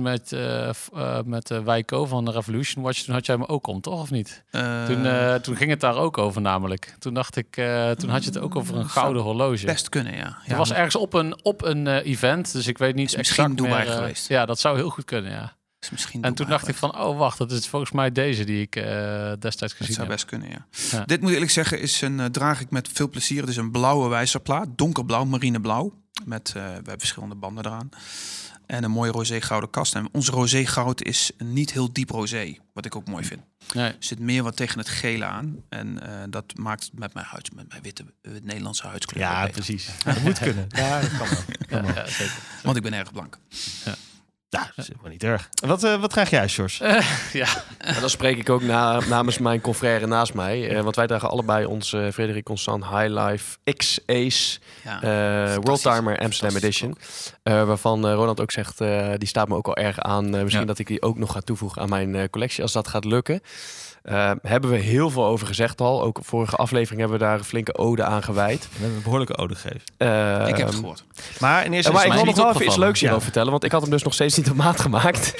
met Wijko van de Revolution Watch. Toen had jij me ook om, toch? Of niet? Toen ging het daar ook over namelijk. Toen dacht ik, toen had je het ook over een gouden horloge. Best kunnen, ja. Het was ergens op een event, dus ik weet niet exact Dubai meer, geweest. Ja, dat zou heel goed kunnen, ja. En toen dacht ik van, oh wacht, dat is volgens mij deze die ik destijds gezien heb. Dat zou best kunnen, ja. Dit moet ik eerlijk zeggen, draag ik met veel plezier. Het is een blauwe wijzerplaat, donkerblauw, marineblauw. Met we hebben verschillende banden eraan. En een mooie roze gouden kast. En onze roze goud is een niet heel diep roze, wat ik ook mooi vind. Nee. Er zit meer wat tegen het gele aan. En dat maakt met mijn huid, met mijn witte Nederlandse huidskleur. Ja, precies. Dat moet kunnen. Ja, dat kan wel. Ja, zeker. Want ik ben erg blank. Ja. Ja, dat is helemaal niet erg. Wat krijg jij, Sjors? Maar dan spreek ik ook namens mijn confrère naast mij. Want wij dragen allebei onze Frédéric Constant Highlife X-Ace World Timer Amsterdam Edition. Waarvan Roland ook zegt, die staat me ook al erg aan. Misschien dat ik die ook nog ga toevoegen aan mijn collectie als dat gaat lukken. Hebben we heel veel over gezegd al. Ook vorige aflevering hebben we daar een flinke ode aan gewijd. We hebben een behoorlijke ode gegeven. Ik heb het gehoord. Maar in eerste maar ik wil nog wel even iets leuks hierover vertellen. Want ik had hem dus nog steeds niet op maat gemaakt.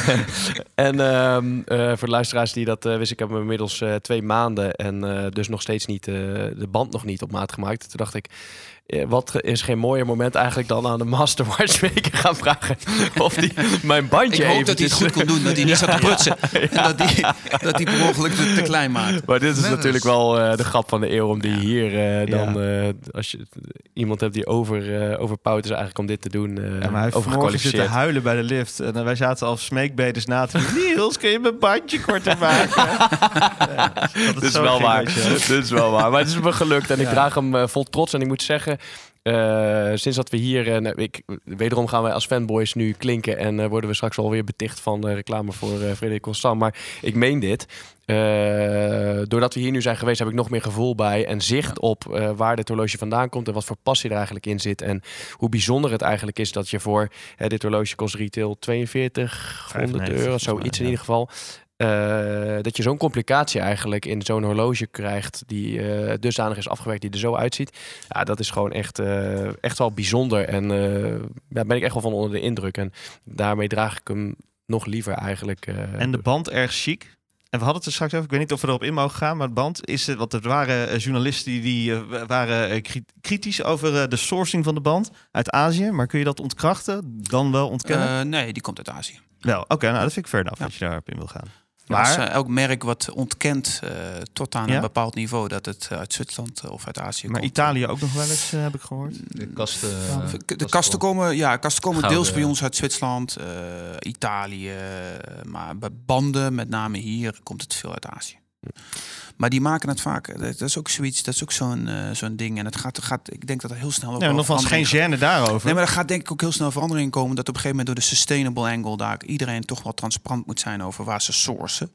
En voor de luisteraars die dat wisten, ik heb hem inmiddels 2 maanden. En dus nog steeds niet de band nog niet op maat gemaakt. Toen dacht ik, wat is geen mooier moment eigenlijk dan aan de Master Watchmaker gaan vragen of die mijn bandje ik hoop dat hij het goed kon doen, dat hij niet zat te prutsen. En dat hij per ongeluk te klein maakt. Maar dit is natuurlijk wel de grap van de eeuw om die hier als je iemand hebt die overpout is eigenlijk om dit te doen. Maar hij vanmorgen zit te huilen bij de lift en wij zaten al smeekbedes na te doen. Niels, kun je mijn bandje korter maken? Dit is wel waar. Dit is wel waar. Maar het is me gelukt en ik draag hem vol trots en ik moet zeggen, sinds dat we hier, wederom gaan wij als fanboys nu klinken en worden we straks alweer beticht van reclame voor Frédéric Constant. Maar ik meen dit. Doordat we hier nu zijn geweest, heb ik nog meer gevoel bij en zicht op waar dit horloge vandaan komt en wat voor passie er eigenlijk in zit. En hoe bijzonder het eigenlijk is dat je voor dit horloge kost retail €4200, zoiets in ieder geval. Dat je zo'n complicatie eigenlijk in zo'n horloge krijgt die dusdanig is afgewerkt, die er zo uitziet. Ja, dat is gewoon echt wel bijzonder. En daar ben ik echt wel van onder de indruk. En daarmee draag ik hem nog liever eigenlijk. En de band erg chic. En we hadden het er straks over, ik weet niet of we erop in mogen gaan, maar het band is, want er waren journalisten die waren kritisch over de sourcing van de band uit Azië. Maar kun je dat ontkrachten, dan wel ontkennen? Nee, die komt uit Azië. Wel, oké, nou dat vind ik fair enough dat je daarop in wil gaan. Maar elk merk wat ontkent tot aan een bepaald niveau dat het uit Zwitserland of uit Azië komt. Maar Italië ook nog wel eens, heb ik gehoord. De kasten komen deels bij ons uit Zwitserland, Italië. Maar bij banden, met name hier, komt het veel uit Azië. Maar die maken het vaak. Dat is ook zoiets. Dat is ook zo'n ding. En het gaat. Ik denk dat er heel snel ook. Nee, nogmaals geen gêne daarover. Nee, maar er gaat denk ik ook heel snel verandering komen. Dat op een gegeven moment door de sustainable angle daar iedereen toch wel transparant moet zijn over waar ze sourcen.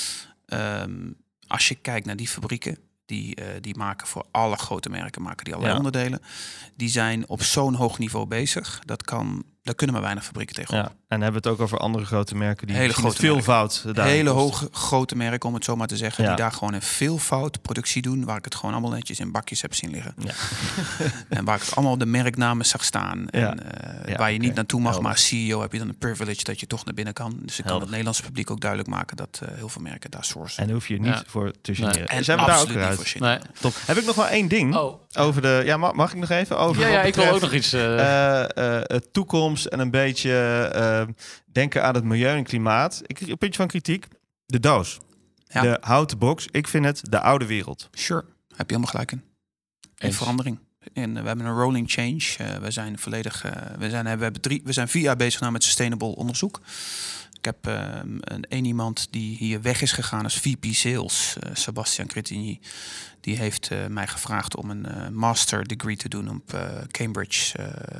Als je kijkt naar die fabrieken. Die maken voor alle grote merken maken die allerlei onderdelen. Die zijn op zo'n hoog niveau bezig. Daar kunnen maar weinig fabrieken tegenop. Ja, en dan hebben we het ook over andere grote merken die hele grote veelvoud. Hele hoge grote merken, om het zo maar te zeggen. Die daar gewoon een veelvoud productie doen. Waar ik het gewoon allemaal netjes in bakjes heb zien liggen. Ja. En waar ik het allemaal de merknamen zag staan. En waar je niet naartoe mag. Maar als CEO heb je dan een privilege dat je toch naar binnen kan. Dus ik kan het Nederlandse publiek ook duidelijk maken dat heel veel merken daar sourcen. En daar hoef je niet voor te generen. En zijn we daar ook uit? Nee. Top. Heb ik nog wel één ding over de. Ja, mag ik nog even over? Ja, ik wil ook nog iets. Toekomst. toekomst en een beetje denken aan het milieu en klimaat. Een puntje van kritiek. De doos. Ja. De houten box. Ik vind het de oude wereld. Sure, heb je helemaal gelijk in. Een verandering. En we hebben een rolling change. We zijn volledig. We zijn 4 jaar bezig met sustainable onderzoek. Ik heb één iemand die hier weg is gegaan als VP Sales, Sebastian Cretigny. Die heeft mij gevraagd om een master degree te doen op Cambridge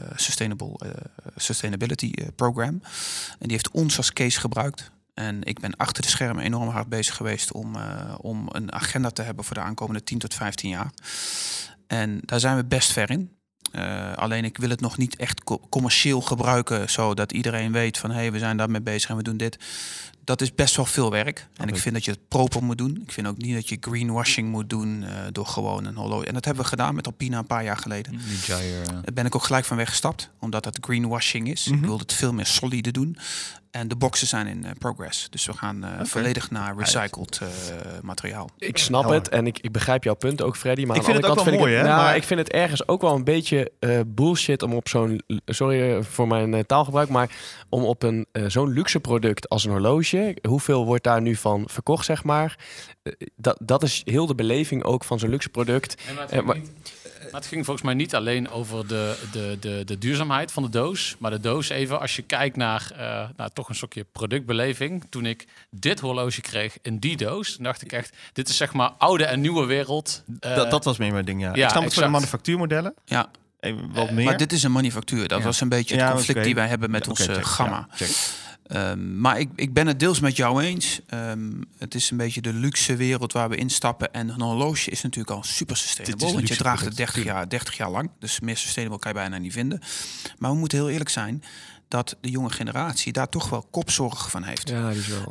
Sustainability Program. En die heeft ons als case gebruikt. En ik ben achter de schermen enorm hard bezig geweest om een agenda te hebben voor de aankomende 10 tot 15 jaar. En daar zijn we best ver in. Alleen ik wil het nog niet echt commercieel gebruiken, zodat iedereen weet van we zijn daarmee bezig en we doen dit. Dat is best wel veel werk. En ik vind dat je het proper moet doen. Ik vind ook niet dat je greenwashing moet doen door gewoon een horloge. En dat hebben we gedaan met Alpina een paar jaar geleden. Daar ben ik ook gelijk van weggestapt, omdat dat greenwashing is. Ik wilde het veel meer solide doen. En de boxen zijn in progress. Dus we gaan volledig naar recycled materiaal. Ik snap het en ik begrijp jouw punt ook, Freddy. Maar ik vind het ook wel mooi, hè? Maar ik vind het ergens ook wel een beetje bullshit om op zo'n... Sorry voor mijn taalgebruik, maar om op zo'n luxe product als een horloge... Hoeveel wordt daar nu van verkocht, zeg maar? Dat is heel de beleving ook van zo'n luxe product. Maar het ging volgens mij niet alleen over de duurzaamheid van de doos. Maar de doos even, als je kijkt naar toch een stukje productbeleving. Toen ik dit horloge kreeg in die doos, dan dacht ik echt... Dit is zeg maar oude en nieuwe wereld. Dat was meer mijn ding, ja. Ik snap het voor de manufactuurmodellen. Ja. Wat meer. Maar dit is een manufactuur. Dat was een beetje het conflict die wij hebben met onze gamma. Maar ik ben het deels met jou eens. Het is een beetje de luxe wereld waar we instappen. En een horloge is natuurlijk al super sustainable. Want je draagt het 30 jaar lang. Dus meer sustainable kan je bijna niet vinden. Maar we moeten heel eerlijk zijn dat de jonge generatie daar toch wel kopzorg van heeft. Ja, die is wel...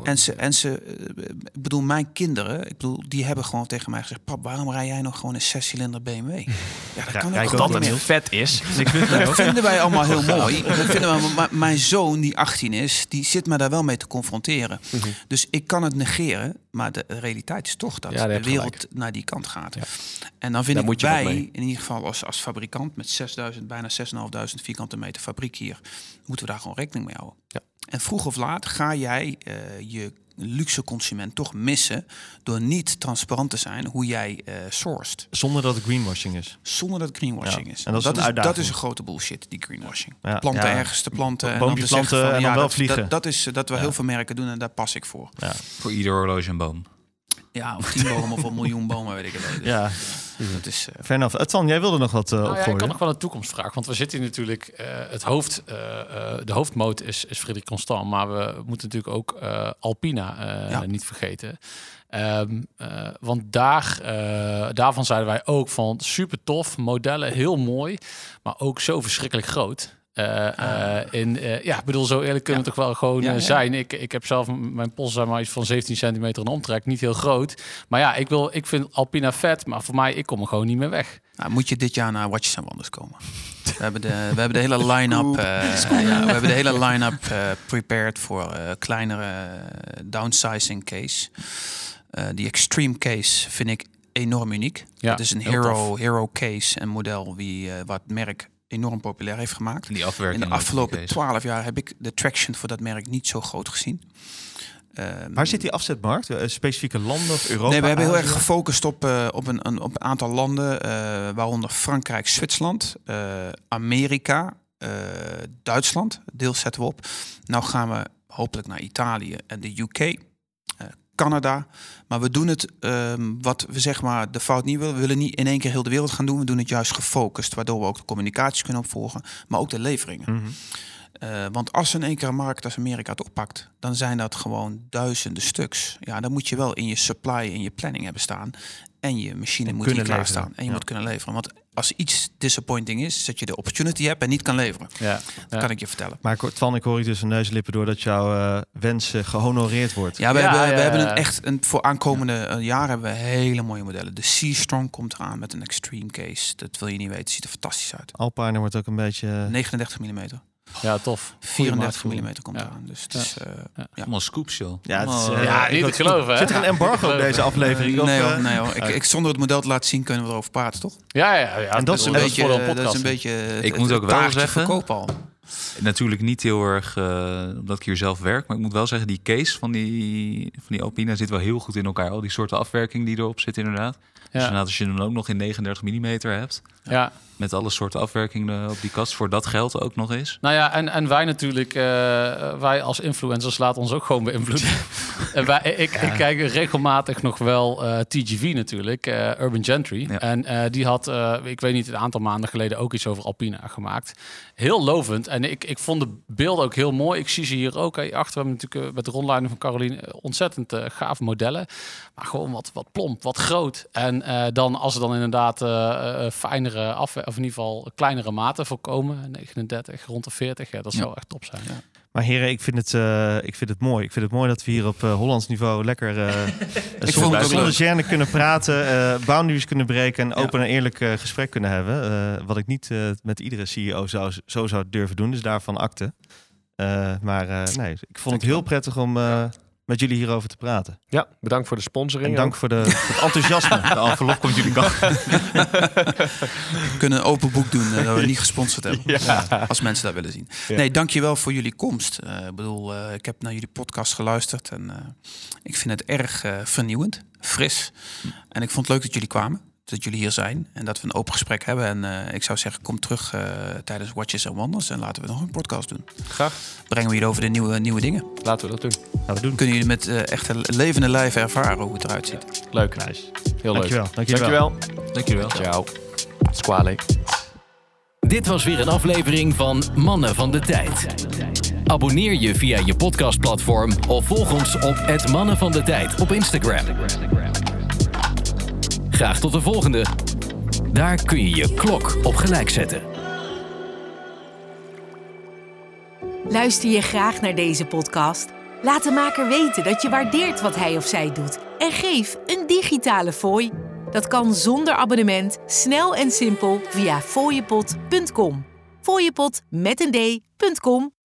Ik bedoel, mijn kinderen, die hebben gewoon tegen mij gezegd: pap, waarom rij jij nog gewoon een 6-cilinder BMW? Ja, dat kan ook dat meer vet is. Dat vinden wij allemaal heel mooi. Dat vinden we, maar mijn zoon, die 18 is, die zit me daar wel mee te confronteren. Dus ik kan het negeren, maar de realiteit is toch dat de wereld naar die kant gaat. Ja. En dan vind ik wij, in ieder geval als fabrikant met bijna 6.500 vierkante meter fabriek hier, moeten we daar gewoon rekening mee houden. Ja. En vroeg of laat ga jij je luxe consument toch missen door niet transparant te zijn hoe jij sourced. Zonder dat het greenwashing is. Zonder dat het greenwashing is. En dat is een grote bullshit, die greenwashing. Ja. Planten ergens te planten. Boompjes planten en dan wel vliegen. Dat is dat we heel veel merken doen en daar pas ik voor. Ja. Voor ieder horloge een boom. Ja, of 10 bomen of 1 miljoen bomen, weet ik het. Dus ja. Dat is... Fair enough. Tan, jij wilde nog wat opgooien. Ja, ik kan nog wel een toekomstvraag. Want we zitten hier natuurlijk... de hoofdmoot is Frédéric Constant. Maar we moeten natuurlijk ook Alpina niet vergeten. Want daarvan zeiden wij ook van super tof. Modellen heel mooi. Maar ook zo verschrikkelijk groot. Ik bedoel, zo eerlijk kunnen we toch wel gewoon zijn. Ik heb zelf mijn pols maar iets van 17 centimeter in omtrek, niet heel groot. Maar ja, ik vind Alpina vet, maar voor mij, ik kom er gewoon niet meer weg. Nou, moet je dit jaar naar Watches & Wonders komen? We hebben de hele line-up. We hebben de hele line-up prepared voor kleinere downsizing case. Die extreme case vind ik enorm uniek. Ja, dat is een hero case en model wat merk enorm populair heeft gemaakt. Die afwerking in de afgelopen 12 jaar heb ik de traction voor dat merk niet zo groot gezien. Waar zit die afzetmarkt? Specifieke landen of Europa? Nee, we hebben heel erg gefocust op een aantal landen, waaronder Frankrijk, Zwitserland, Amerika, Duitsland. Deels zetten we op. Nou gaan we hopelijk naar Italië en de UK. Canada. Maar we doen het wat we zeg maar de fout niet willen. We willen niet in één keer heel de wereld gaan doen. We doen het juist gefocust, waardoor we ook de communicaties kunnen opvolgen, maar ook de leveringen. Want als in één keer een markt als Amerika het oppakt, dan zijn dat gewoon duizenden stuks. Ja, dan moet je wel in je supply en je planning hebben staan. En je machine moet hier klaarstaan. En je moet kunnen leveren. Want als iets disappointing is dat je de opportunity hebt en niet kan leveren. Dat kan ik je vertellen. Maar Twan, ik hoor je dus een neuslippen door dat jouw wens gehonoreerd wordt. Ja, we hebben het echt voor aankomende jaren hebben we hele mooie modellen. De C-Strong komt eraan met een extreme case. Dat wil je niet weten. Ziet er fantastisch uit. Alpine wordt ook een beetje 39 mm. Ja, tof. 34 mm komt eraan. Dus het is allemaal scoops, joh. Niet te geloven. Zit er een embargo op deze aflevering? Nee hoor. Zonder het model te laten zien kunnen we erover praten, toch? Ja. En dat is een beetje. Ik moet ook wel zeggen. Verkoop al. Natuurlijk niet heel erg omdat ik hier zelf werk. Maar ik moet wel zeggen, die case van die Alpina zit wel heel goed in elkaar. Al die soorten afwerking die erop zit inderdaad. Dus inderdaad, als je hem ook nog in 39 mm hebt. Ja. Met alle soorten afwerkingen op die kast. Voor dat geld ook nog eens. Nou ja, en wij natuurlijk, wij als influencers laten ons ook gewoon beïnvloeden. Ik kijk regelmatig nog wel TGV natuurlijk, Urban Gentry. Ja. En die had, ik weet niet, een aantal maanden geleden ook iets over Alpina gemaakt. Heel lovend. En ik vond de beelden ook heel mooi. Ik zie ze hier ook. Achter we hebben natuurlijk met de rondleiding van Caroline ontzettend gave modellen. Maar gewoon wat plomp, wat groot. En dan als er dan inderdaad fijnere of in ieder geval kleinere maten voorkomen, 39, rond de 40, dat zou echt top zijn. Ja. Maar heren, ik vind het mooi. Ik vind het mooi dat we hier op Hollands niveau lekker zonder gêne kunnen praten, boundaries kunnen breken en open en eerlijk gesprek kunnen hebben. Wat ik niet met iedere CEO zou durven doen, dus daarvan akte. Nee, ik vond het heel prettig om met jullie hierover te praten. Ja, bedankt voor de sponsoring. En dank voor het enthousiasme. De envelop komt jullie kant. We kunnen een open boek doen dat we niet gesponsord hebben. Als mensen dat willen zien. Ja. Nee, dankjewel voor jullie komst. Ik heb naar jullie podcast geluisterd. En ik vind het erg vernieuwend, fris. En ik vond het leuk dat jullie kwamen. Dat jullie hier zijn en dat we een open gesprek hebben. En ik zou zeggen, kom terug tijdens Watches and Wonders en laten we nog een podcast doen. Graag. Brengen we jullie over de nieuwe dingen. Laten we dat doen. Kunnen jullie met echt een levende lijf ervaren hoe het eruit ziet. Leuk. Nice. Heel Dankjewel. leuk. Dankjewel. Dankjewel. Ciao. Squale. Dit was weer een aflevering van Mannen van de Tijd. Abonneer je via je podcastplatform of volg ons op @mannenvandetijd op Instagram. Graag tot de volgende. Daar kun je je klok op gelijk zetten. Luister je graag naar deze podcast? Laat de maker weten dat je waardeert wat hij of zij doet. En geef een digitale fooi. Dat kan zonder abonnement, snel en simpel via fooiepot.com. Fooiepot met een d.com